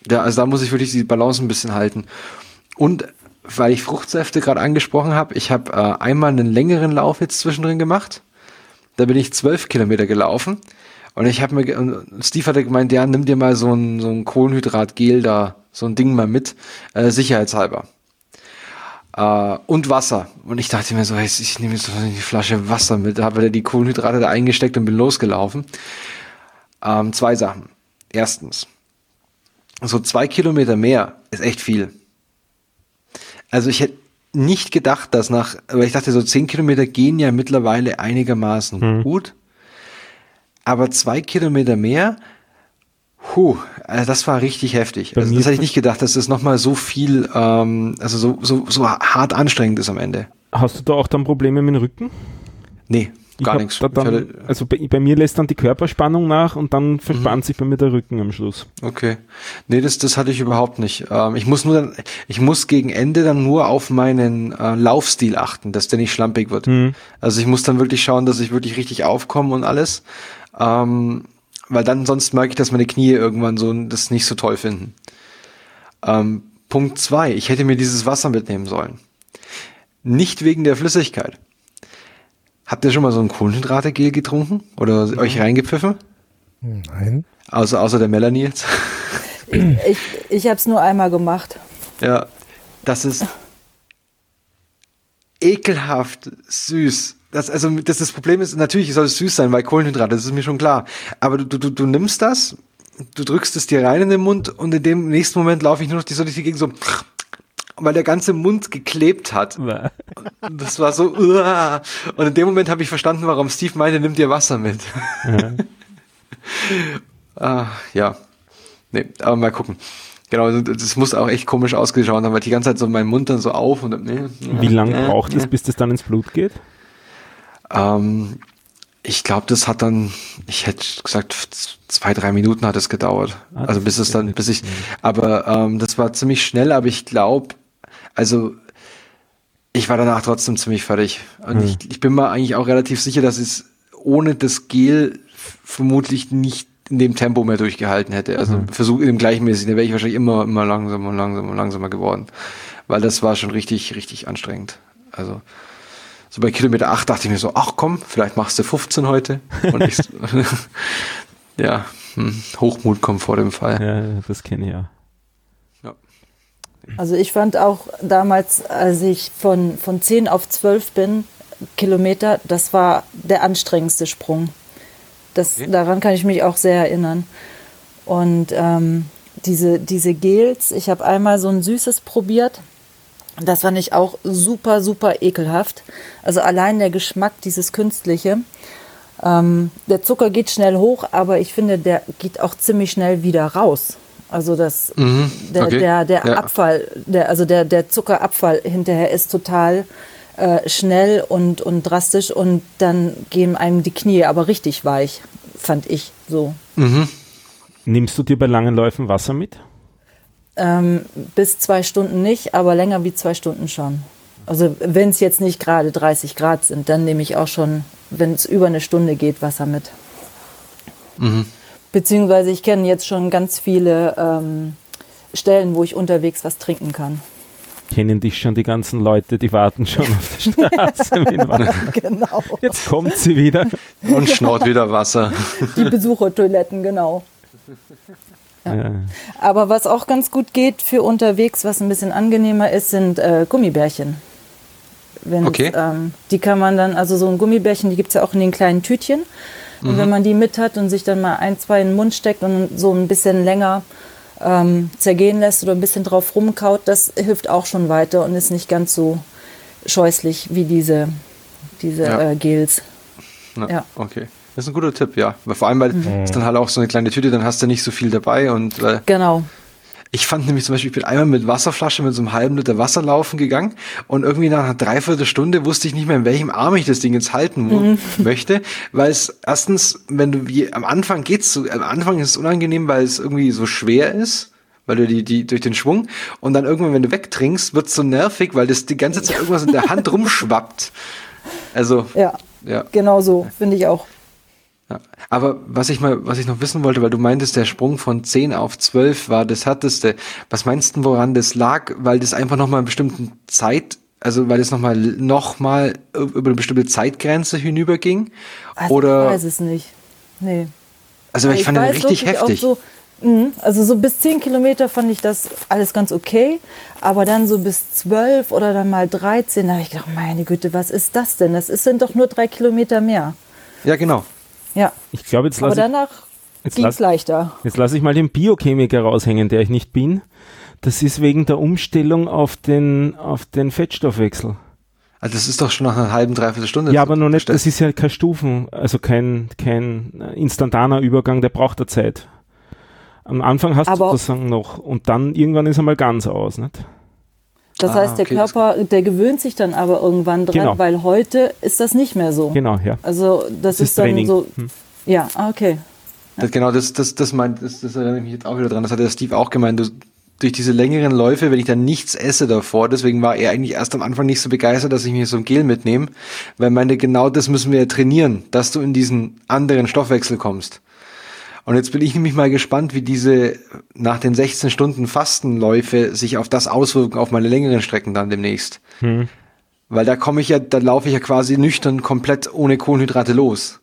Ja, also da muss ich wirklich die Balance ein bisschen halten. Und weil ich Fruchtsäfte gerade angesprochen habe, ich habe äh, einmal einen längeren Lauf jetzt zwischendrin gemacht. Da bin ich zwölf Kilometer gelaufen. Und ich habe mir, und Steve hatte gemeint, ja, nimm dir mal so ein, so ein Kohlenhydratgel da, so ein Ding mal mit, äh, sicherheitshalber. Äh, und Wasser. Und ich dachte mir so, hey, ich nehme jetzt die Flasche Wasser mit, habe da die Kohlenhydrate da eingesteckt und bin losgelaufen. Ähm, zwei Sachen. Erstens, so zwei Kilometer mehr ist echt viel. Also ich hätte nicht gedacht, dass nach, aber ich dachte, so zehn Kilometer gehen ja mittlerweile einigermaßen hm. gut. Aber zwei Kilometer mehr, puh, also das war richtig heftig. Also das hätte ich nicht gedacht, dass das nochmal so viel, ähm, also so, so, so hart anstrengend ist am Ende. Hast du da auch dann Probleme mit dem Rücken? Nee, gar nichts. Da dann, also bei, bei mir lässt dann die Körperspannung nach und dann verspannt mhm. sich bei mir der Rücken am Schluss. Okay. Nee, das, das hatte ich überhaupt nicht. Ähm, ich muss nur dann, ich muss gegen Ende dann nur auf meinen äh, Laufstil achten, dass der nicht schlampig wird. Mhm. Also ich muss dann wirklich schauen, dass ich wirklich richtig aufkomme und alles. Ähm, weil dann sonst merke ich, dass meine Knie irgendwann so das nicht so toll finden. Ähm, Punkt zwei, ich hätte mir dieses Wasser mitnehmen sollen. Nicht wegen der Flüssigkeit. Habt ihr schon mal so ein Kohlenhydrate-Gel getrunken? Oder mhm. euch reingepfiffen? Nein. Außer, außer der Melanie jetzt? Ich, ich, ich habe es nur einmal gemacht. Ja, das ist ekelhaft süß. Das, also das, das Problem ist, natürlich soll es süß sein, weil Kohlenhydrate, das ist mir schon klar. Aber du, du, du nimmst das, du drückst es dir rein in den Mund und in dem nächsten Moment laufe ich nur noch die, so durch die Gegend so, weil der ganze Mund geklebt hat. Das war so, uah. Und in dem Moment habe ich verstanden, warum Steve meinte, nimm dir Wasser mit. Ja. ah, ja. Nee, aber mal gucken. Genau, das muss auch echt komisch ausgeschaut haben, weil die ganze Zeit so mein Mund dann so auf und nee. Wie lange äh, braucht es, äh. bis das dann ins Blut geht? Ähm, ich glaube, das hat dann, ich hätte gesagt, zwei, drei Minuten hat es gedauert. Ah, also bis es dann, bis ich, aber ähm, das war ziemlich schnell, aber ich glaube, also ich war danach trotzdem ziemlich fertig. Und hm. ich, ich bin mir eigentlich auch relativ sicher, dass es ohne das Gel vermutlich nicht in dem Tempo mehr durchgehalten hätte. Also mhm. Versuch in dem gleichmäßigen, da wäre ich wahrscheinlich immer, immer langsamer und langsamer und langsamer geworden. Weil das war schon richtig, richtig anstrengend. Also so bei Kilometer acht dachte ich mir so, ach komm, vielleicht machst du fünfzehn heute. Und ich, ja, hm, Hochmut kommt vor dem Fall. Ja, das kenne ich ja. ja. Also ich fand auch damals, als ich von, von zehn auf zwölf bin, Kilometer, das war der anstrengendste Sprung. Das, okay. Daran kann ich mich auch sehr erinnern. Und ähm, diese, diese Gels, ich habe einmal so ein süßes probiert. Das fand ich auch super, super ekelhaft. Also allein der Geschmack, dieses Künstliche. Ähm, der Zucker geht schnell hoch, aber ich finde, der geht auch ziemlich schnell wieder raus. Also das, mhm. der, okay. der, der ja. Abfall, der, also der, der Zuckerabfall hinterher ist total äh, schnell und, und drastisch und dann gehen einem die Knie aber richtig weich, fand ich so. Mhm. Nimmst du dir bei langen Läufen Wasser mit? Ähm, bis zwei Stunden nicht, aber länger wie zwei Stunden schon. Also wenn es jetzt nicht gerade dreißig Grad sind, dann nehme ich auch schon, wenn es über eine Stunde geht, Wasser mit. Mhm. Beziehungsweise ich kenne jetzt schon ganz viele ähm, Stellen, wo ich unterwegs was trinken kann. Kennen dich schon die ganzen Leute, die warten schon auf der Straße. Genau. Jetzt kommt sie wieder. Und schnaut wieder Wasser. Die Besuchertoiletten, genau. Ja. Ja. Aber was auch ganz gut geht für unterwegs, was ein bisschen angenehmer ist, sind äh, Gummibärchen. Wenn's, okay. Ähm, die kann man dann, also so ein Gummibärchen, die gibt es ja auch in den kleinen Tütchen. Und mhm. wenn man die mit hat und sich dann mal ein, zwei in den Mund steckt und so ein bisschen länger ähm, zergehen lässt oder ein bisschen drauf rumkaut, das hilft auch schon weiter und ist nicht ganz so scheußlich wie diese, diese ja. äh, Gels. Na, ja. Okay. Das ist ein guter Tipp, ja. Weil vor allem, weil mhm. es dann halt auch so eine kleine Tüte, dann hast du nicht so viel dabei. Und äh, genau. Ich fand nämlich zum Beispiel, ich bin einmal mit Wasserflasche mit so einem halben Liter Wasser laufen gegangen und irgendwie nach einer Dreiviertelstunde wusste ich nicht mehr, in welchem Arm ich das Ding jetzt halten mhm. möchte, weil es erstens, wenn du, wie, am Anfang geht's so, am Anfang ist es unangenehm, weil es irgendwie so schwer ist, weil du die, die, durch den Schwung und dann irgendwann, wenn du wegtrinkst, wird's so nervig, weil das die ganze Zeit irgendwas in der Hand rumschwappt. Also, ja, ja. Genau so, finde ich auch. Ja. Aber was ich mal, was ich noch wissen wollte, weil du meintest, der Sprung von zehn auf zwölf war das härteste. Was meinst du, woran das lag? Weil das einfach nochmal eine bestimmte Zeit, also weil das nochmal noch mal über eine bestimmte Zeitgrenze hinüberging? Also Oder? Ich weiß es nicht. Nee. Also ich, ich fand den richtig heftig. So, mh, also so bis zehn Kilometer fand ich das alles ganz okay. Aber dann so bis zwölf oder dann mal dreizehn, da habe ich gedacht, meine Güte, was ist das denn? Das sind doch nur drei Kilometer mehr. Ja, genau. Ja, Ich glaube, jetzt aber lasse danach ich, ging lass, es leichter. jetzt lass ich mal den Biochemiker raushängen, der ich nicht bin. Das ist wegen der Umstellung auf den, auf den Fettstoffwechsel. Also das ist doch schon nach einer halben, dreiviertel Stunde. Ja, aber noch nicht, bestellt. das ist ja kein Stufen, also kein, kein instantaner Übergang, der braucht der Zeit. Am Anfang hast Aber- du sozusagen noch und dann irgendwann ist er mal ganz aus, nicht? Das Ah, heißt, der okay, Körper, der gewöhnt sich dann aber irgendwann dran, Genau. weil heute ist das nicht mehr so. Genau, ja. Also das, Das ist, ist dann Training. so, Hm. ja, ah, okay. Das, genau, das, das, das meint, das, das erinnere ich mich jetzt auch wieder dran. Das hat der Steve auch gemeint. Du, durch diese längeren Läufe, wenn ich dann nichts esse davor, deswegen war er eigentlich erst am Anfang nicht so begeistert, dass ich mir so ein Gel mitnehme, weil er meinte, genau das müssen wir ja trainieren, dass du in diesen anderen Stoffwechsel kommst. Und jetzt bin ich nämlich mal gespannt, wie diese nach den sechzehn Stunden Fastenläufe sich auf das auswirken, auf meine längeren Strecken dann demnächst. Hm. Weil da komme ich ja, da laufe ich ja quasi nüchtern komplett ohne Kohlenhydrate los.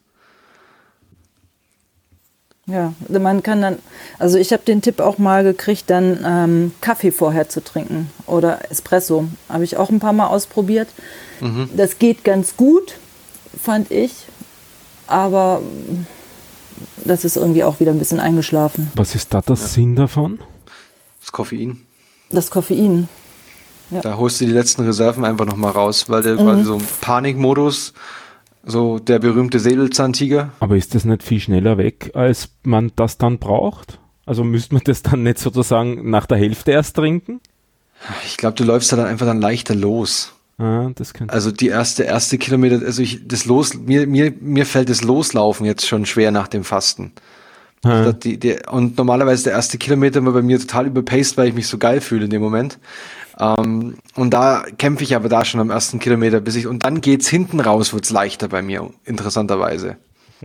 Ja, man kann dann, also ich habe den Tipp auch mal gekriegt, dann ähm, Kaffee vorher zu trinken oder Espresso. Habe ich auch ein paar Mal ausprobiert. Mhm. Das geht ganz gut, fand ich, aber das ist irgendwie auch wieder ein bisschen eingeschlafen. Was ist da der Sinn davon? Das Koffein. Das Koffein. Ja. Da holst du die letzten Reserven einfach nochmal raus, weil der Mhm. quasi so im Panikmodus, so der berühmte Säbelzahntiger. Aber ist das nicht viel schneller weg, als man das dann braucht? Also müsste man das dann nicht sozusagen nach der Hälfte erst trinken? Ich glaube, du läufst da dann einfach dann leichter los. Ah, das könnte. Also die erste, erste Kilometer, also ich, das Los, mir, mir, mir fällt das Loslaufen jetzt schon schwer nach dem Fasten. Ah. Das, die, die, und normalerweise der erste Kilometer war bei mir total überpaced, weil ich mich so geil fühle in dem Moment. Ähm, und da kämpfe ich aber da schon am ersten Kilometer, bis ich, und dann geht's hinten raus, wird's leichter bei mir, interessanterweise.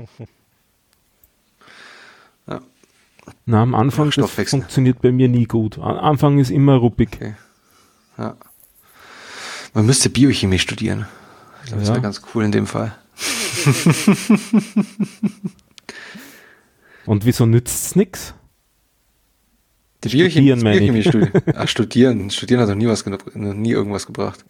Ja. Na, am Anfang, das Stoffwechsel. funktioniert bei mir nie gut. Am Anfang ist immer ruppig. Okay. Ja. Man müsste Biochemie studieren. Ich glaube, das Ja. wäre ganz cool in dem Fall. Und wieso nützt's nix? Die Studieren, meine ich. Biochemie-Studie. Ach, studieren. Studieren hat noch nie was, ge- noch nie irgendwas gebracht.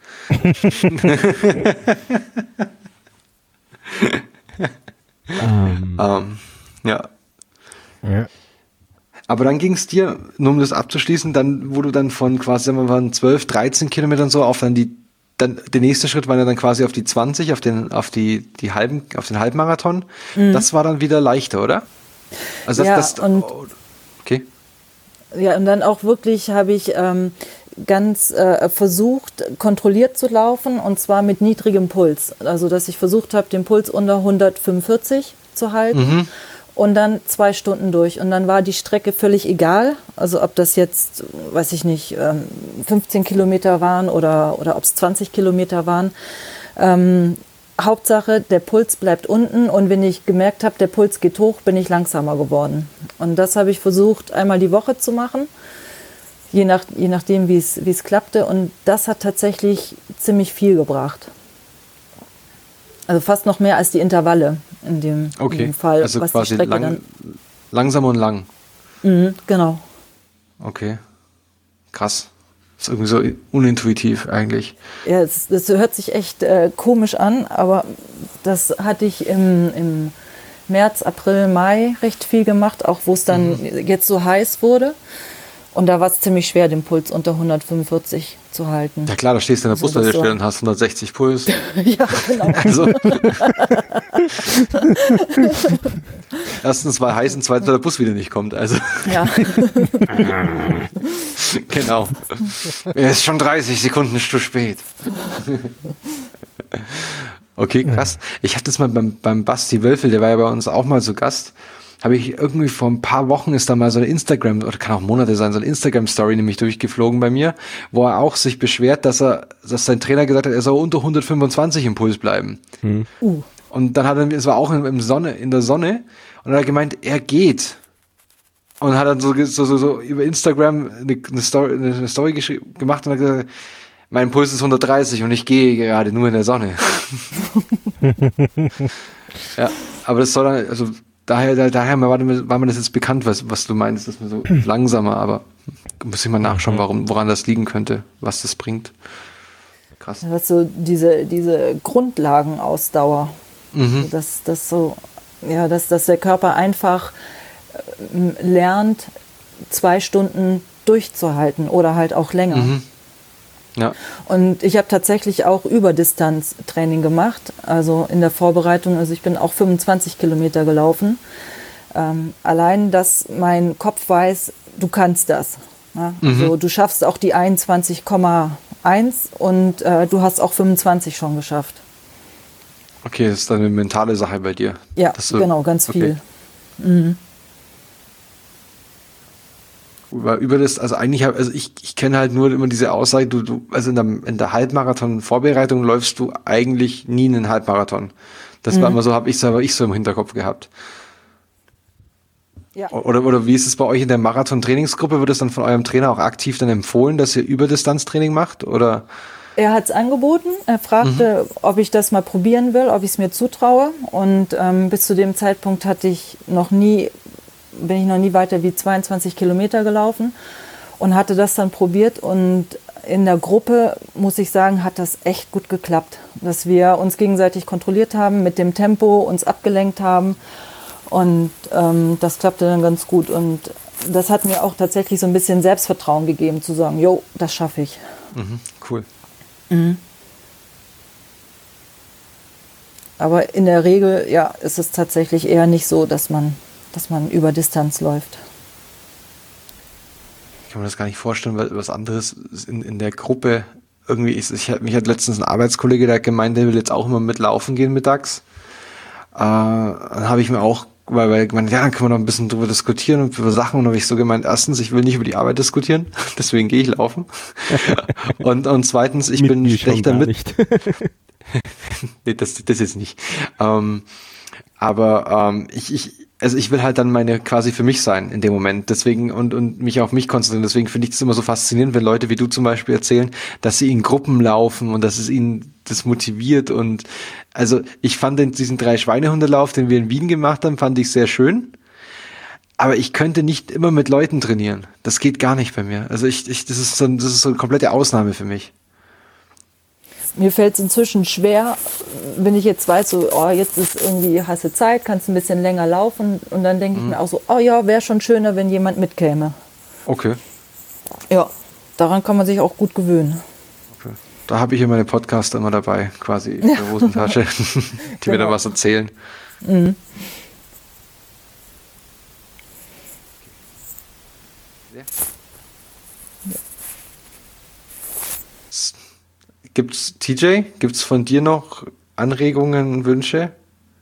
Ähm, Ähm, ja. Ja. Aber dann ging es dir, nur um das abzuschließen, dann, wo du dann von quasi, sagen wir mal, zwölf, dreizehn Kilometern so auf dann die, dann, der nächste Schritt war ja dann quasi auf die zwanzig, auf den, auf die, die halben, auf den Halbmarathon. Das war dann wieder leichter, oder? Also das, Ja, das, und- okay. Ja, und dann auch wirklich habe ich ähm, ganz äh, versucht, kontrolliert zu laufen, und zwar mit niedrigem Puls. Also, dass ich versucht habe, den Puls unter hundertfünfundvierzig zu halten und dann zwei Stunden durch. Und dann war die Strecke völlig egal. Also, ob das jetzt, weiß ich nicht, ähm, fünfzehn Kilometer waren oder, oder ob es zwanzig Kilometer waren. Ähm, Hauptsache, der Puls bleibt unten, und wenn ich gemerkt habe, der Puls geht hoch, bin ich langsamer geworden. Und das habe ich versucht, einmal die Woche zu machen, je, nach, je nachdem, wie es wie es klappte. Und das hat tatsächlich ziemlich viel gebracht. Also fast noch mehr als die Intervalle in dem, in Okay. dem Fall, Also was die quasi Strecke lang, dann. langsam und lang. Mhm, genau. Okay. Krass. Das ist irgendwie so unintuitiv eigentlich. Ja, es, das hört sich echt äh, komisch an, aber das hatte ich im, im März, April, Mai recht viel gemacht, auch wo es dann jetzt so heiß wurde. Und da war es ziemlich schwer, den Puls unter hundertfünfundvierzig zu halten. Ja klar, da stehst du in der So, das Bushaltestelle war- und hast hundertsechzig Puls. Ja, genau. Also. Erstens war heiß und zweitens, weil der Bus wieder nicht kommt. Also, Ja. genau. Er ist schon dreißig Sekunden zu spät. Okay, krass. Ich hatte das mal beim, beim Basti Wölfel, der war ja bei uns auch mal zu Gast. Habe ich irgendwie vor ein paar Wochen ist da mal so eine Instagram, oder kann auch Monate sein, so eine Instagram-Story nämlich durchgeflogen bei mir, wo er auch sich beschwert, dass er, dass sein Trainer gesagt hat, er soll unter hundertfünfundzwanzig im Puls bleiben. Uh. Und dann hat er, es war auch in, im Sonne, in der Sonne, und dann hat er gemeint, er geht. Und hat dann so, so, so, so über Instagram eine, eine Story, eine Story geschrieben, gemacht und hat gesagt, mein Puls ist hundertdreißig und ich gehe gerade nur in der Sonne. Ja, aber das soll dann, also daher, da, daher war, war mir das jetzt bekannt, was, was du meinst, dass man so langsamer, aber muss ich mal nachschauen, warum, woran das liegen könnte, was das bringt. Krass. Das ist so diese, diese Grundlagenausdauer. Mhm. Dass, dass, so, ja, dass, dass der Körper einfach äh, lernt, zwei Stunden durchzuhalten oder halt auch länger. Mhm. Ja. Und ich habe tatsächlich auch Überdistanztraining gemacht, also in der Vorbereitung, also ich bin auch fünfundzwanzig Kilometer gelaufen. Ähm, allein, dass mein Kopf weiß, du kannst das. Ja? Mhm. Also du schaffst auch die einundzwanzig Komma eins und äh, du hast auch fünfundzwanzig schon geschafft. Okay, das ist dann eine mentale Sache bei dir. Ja, Dass du, genau, ganz okay. viel. Mhm. Über, über das, also eigentlich, hab, also ich, ich kenne halt nur immer diese Aussage, du, du, also in der, in der Halbmarathon-Vorbereitung läufst du eigentlich nie einen Halbmarathon. Das Mhm. war immer so, habe ich so, hab ich so im Hinterkopf gehabt. Ja. Oder, oder wie ist es bei euch in der Marathon-Trainingsgruppe? Wird es dann von eurem Trainer auch aktiv dann empfohlen, dass ihr Überdistanztraining macht? Oder? Er hat es angeboten, er fragte, mhm. ob ich das mal probieren will, ob ich es mir zutraue. Und ähm, bis zu dem Zeitpunkt hatte ich noch nie, bin ich noch nie weiter wie zweiundzwanzig Kilometer gelaufen und hatte das dann probiert. Und in der Gruppe, muss ich sagen, hat das echt gut geklappt. Dass wir uns gegenseitig kontrolliert haben, mit dem Tempo uns abgelenkt haben. Und ähm, das klappte dann ganz gut. Und das hat mir auch tatsächlich so ein bisschen Selbstvertrauen gegeben, zu sagen, jo, das schaffe ich. Mhm, cool. Mhm. Aber in der Regel, ja, ist es tatsächlich eher nicht so, dass man, dass man über Distanz läuft. Ich kann mir das gar nicht vorstellen, weil was anderes in, in der Gruppe irgendwie ist. Ich, mich hat letztens ein Arbeitskollege, der hat gemeint, der will jetzt auch immer mitlaufen gehen mittags. Äh, dann habe ich mir auch, weil, weil ich meine, ja, dann können wir noch ein bisschen drüber diskutieren und über Sachen. Und habe ich so gemeint, erstens, ich will nicht über die Arbeit diskutieren, deswegen gehe ich laufen. und, und zweitens, ich bin schlechter mit. Nicht. Nee, das, das jetzt nicht. Ähm, aber ähm, ich, ich, also ich will halt dann meine quasi für mich sein in dem Moment. Deswegen und und mich auf mich konzentrieren. Deswegen finde ich das immer so faszinierend, wenn Leute wie du zum Beispiel erzählen, dass sie in Gruppen laufen und dass es ihnen das motiviert. Und also ich fand den, diesen drei Schweinehundelauf, den wir in Wien gemacht haben, fand ich sehr schön. Aber ich könnte nicht immer mit Leuten trainieren. Das geht gar nicht bei mir. Also ich, ich das ist so, das ist so eine komplette Ausnahme für mich. Mir fällt es inzwischen schwer, wenn ich jetzt weiß, so, oh, jetzt ist irgendwie, hast du Zeit, kannst ein bisschen länger laufen. Und dann denke ich mhm. mir auch so, oh ja, wäre schon schöner, wenn jemand mitkäme. Okay. Ja, daran kann man sich auch gut gewöhnen. Okay. Da habe ich ja meine Podcaster immer dabei, quasi in der Hosentasche, die genau. mir dann was erzählen. Mhm. Ja. Gibt's, T J, gibt's von dir noch Anregungen, Wünsche?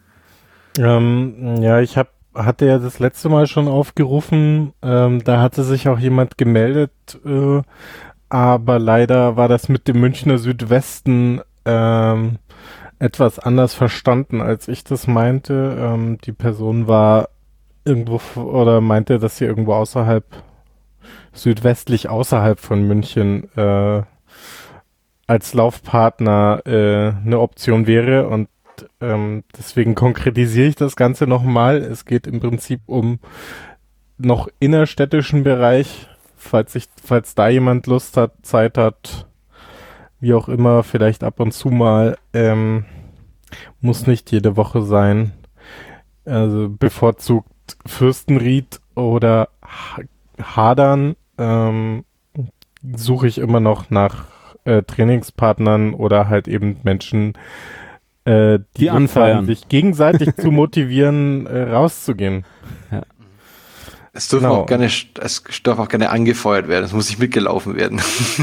Ähm, ja, ich hab, hatte ja das letzte Mal schon aufgerufen, ähm, da hatte sich auch jemand gemeldet, äh, aber leider war das mit dem Münchner Südwesten ähm, etwas anders verstanden, als ich das meinte. Ähm, die Person war irgendwo oder meinte, dass sie irgendwo außerhalb, südwestlich außerhalb von München äh, als Laufpartner äh, eine Option wäre und ähm, deswegen konkretisiere ich das Ganze nochmal. Es geht im Prinzip um noch innerstädtischen Bereich, falls ich, falls da jemand Lust hat, Zeit hat, wie auch immer, vielleicht ab und zu mal, ähm, muss nicht jede Woche sein. Also bevorzugt Fürstenried oder Hadern ähm, suche ich immer noch nach Äh, Trainingspartnern oder halt eben Menschen, äh, die, die anfangen, sich gegenseitig zu motivieren, äh, rauszugehen. Ja. Es darf genau. auch gerne, es darf auch gerne angefeuert werden. Es muss nicht mitgelaufen werden.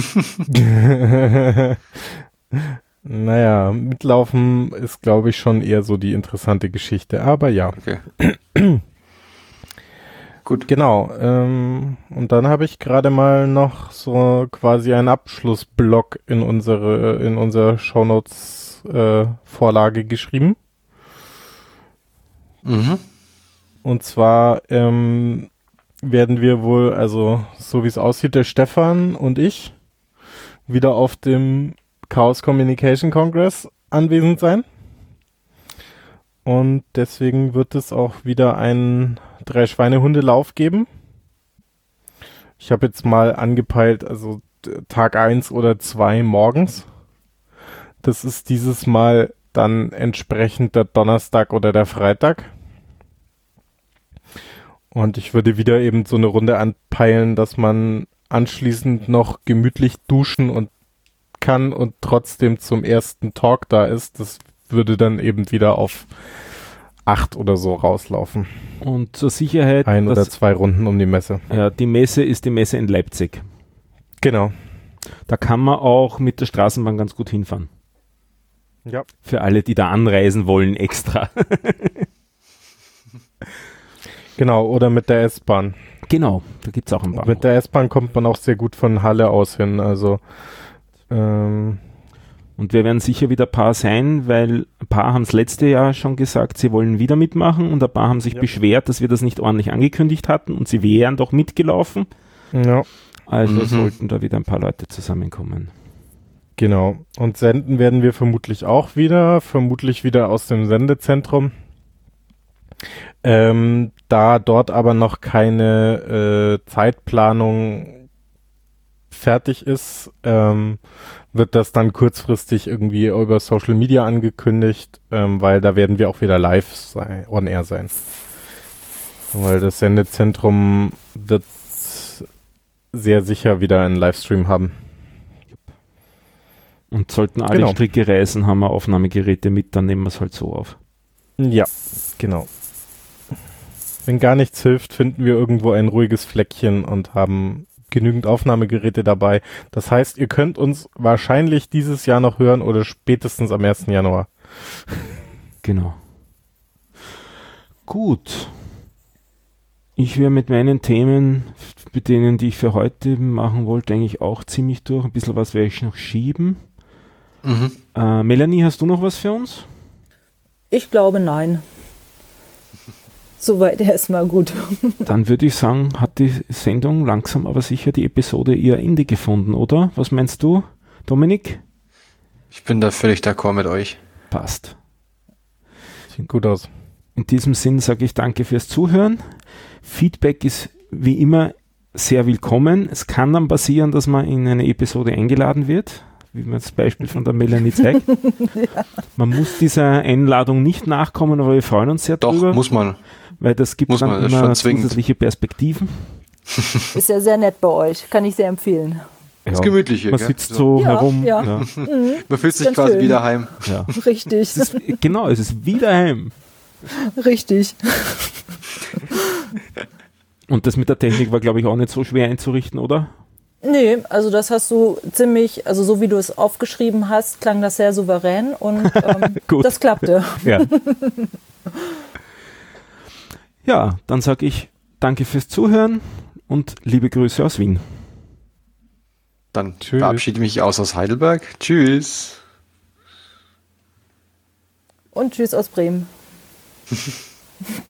Naja, mitlaufen ist, glaube ich, schon eher so die interessante Geschichte. Aber ja. Okay. Gut. Genau. Ähm, und dann habe ich gerade mal noch so quasi einen Abschlussblock in unsere in unser Shownotes äh, Vorlage geschrieben. Mhm. Und zwar ähm, werden wir wohl, also so wie es aussieht, der Stefan und ich wieder auf dem Chaos Communication Congress anwesend sein. Und deswegen wird es auch wieder einen Drei-Schweine-Hunde-Lauf geben. Ich habe jetzt mal angepeilt, also Tag eins oder zwei morgens. Das ist dieses Mal dann entsprechend der Donnerstag oder der Freitag. Und ich würde wieder eben so eine Runde anpeilen, dass man anschließend noch gemütlich duschen und kann und trotzdem zum ersten Talk da ist. Das würde dann eben wieder auf acht oder so rauslaufen. Und zur Sicherheit... Ein oder das, zwei Runden um die Messe. Ja, die Messe ist die Messe in Leipzig. Genau. Da kann man auch mit der Straßenbahn ganz gut hinfahren. Ja. Für alle, die da anreisen wollen, extra. Genau, oder mit der S-Bahn. Genau, da gibt es auch einen Bahnhof. Mit der S-Bahn kommt man auch sehr gut von Halle aus hin. Also ähm, Und wir werden sicher wieder ein paar sein, weil ein paar haben es letzte Jahr schon gesagt, sie wollen wieder mitmachen und ein paar haben sich Ja. beschwert, dass wir das nicht ordentlich angekündigt hatten und sie wären doch mitgelaufen. ja, Also Mhm. sollten da wieder ein paar Leute zusammenkommen. genau. Und senden werden wir vermutlich auch wieder, vermutlich wieder aus dem Sendezentrum. Ähm, da dort aber noch keine äh, Zeitplanung fertig ist, ähm, wird das dann kurzfristig irgendwie über Social Media angekündigt, ähm, weil da werden wir auch wieder live sein, on air sein. Weil das Sendezentrum wird sehr sicher wieder einen Livestream haben. Und sollten alle Genau. Stricke reißen, haben wir Aufnahmegeräte mit, dann nehmen wir es halt so auf. Ja, genau. Wenn gar nichts hilft, finden wir irgendwo ein ruhiges Fleckchen und haben genügend Aufnahmegeräte dabei. Das heißt, ihr könnt uns wahrscheinlich dieses Jahr noch hören oder spätestens am ersten Januar. Genau. Gut. Ich wäre mit meinen Themen, mit denen, die ich für heute machen wollte, eigentlich auch ziemlich durch. Ein bisschen was werde ich noch schieben. Mhm. Äh, Melanie, hast du noch was für uns? Ich glaube, nein. Soweit erstmal gut. Dann würde ich sagen, hat die Sendung langsam aber sicher die Episode ihr Ende gefunden, oder? Was meinst du, Dominik? Ich bin da völlig d'accord mit euch. Passt. Sieht gut aus. In diesem Sinn sage ich danke fürs Zuhören. Feedback ist wie immer sehr willkommen. Es kann dann passieren, dass man in eine Episode eingeladen wird, wie mir das Beispiel von der Melanie zeigt. Ja. Man muss dieser Einladung nicht nachkommen, aber wir freuen uns sehr Doch, drüber. muss man. Weil das gibt Muss dann man, das ist immer schon zwingend. zusätzliche Perspektiven. Ist ja sehr nett bei euch. Kann ich sehr empfehlen. Ist gemütlich hier, Man gell? sitzt so Ja, herum. ja. Ja. Man fühlt sich Ganz quasi schön. wieder heim. Ja. Richtig. Es ist, genau, es ist wieder heim. Richtig. Und das mit der Technik war, glaube ich, auch nicht so schwer einzurichten, oder? Nee, also das hast du ziemlich, also so wie du es aufgeschrieben hast, klang das sehr souverän und ähm, Gut. das klappte. Ja. Ja, dann sage ich danke fürs Zuhören und liebe Grüße aus Wien. Dann Tschüss. verabschiede ich mich aus aus Heidelberg. Tschüss. Und tschüss aus Bremen.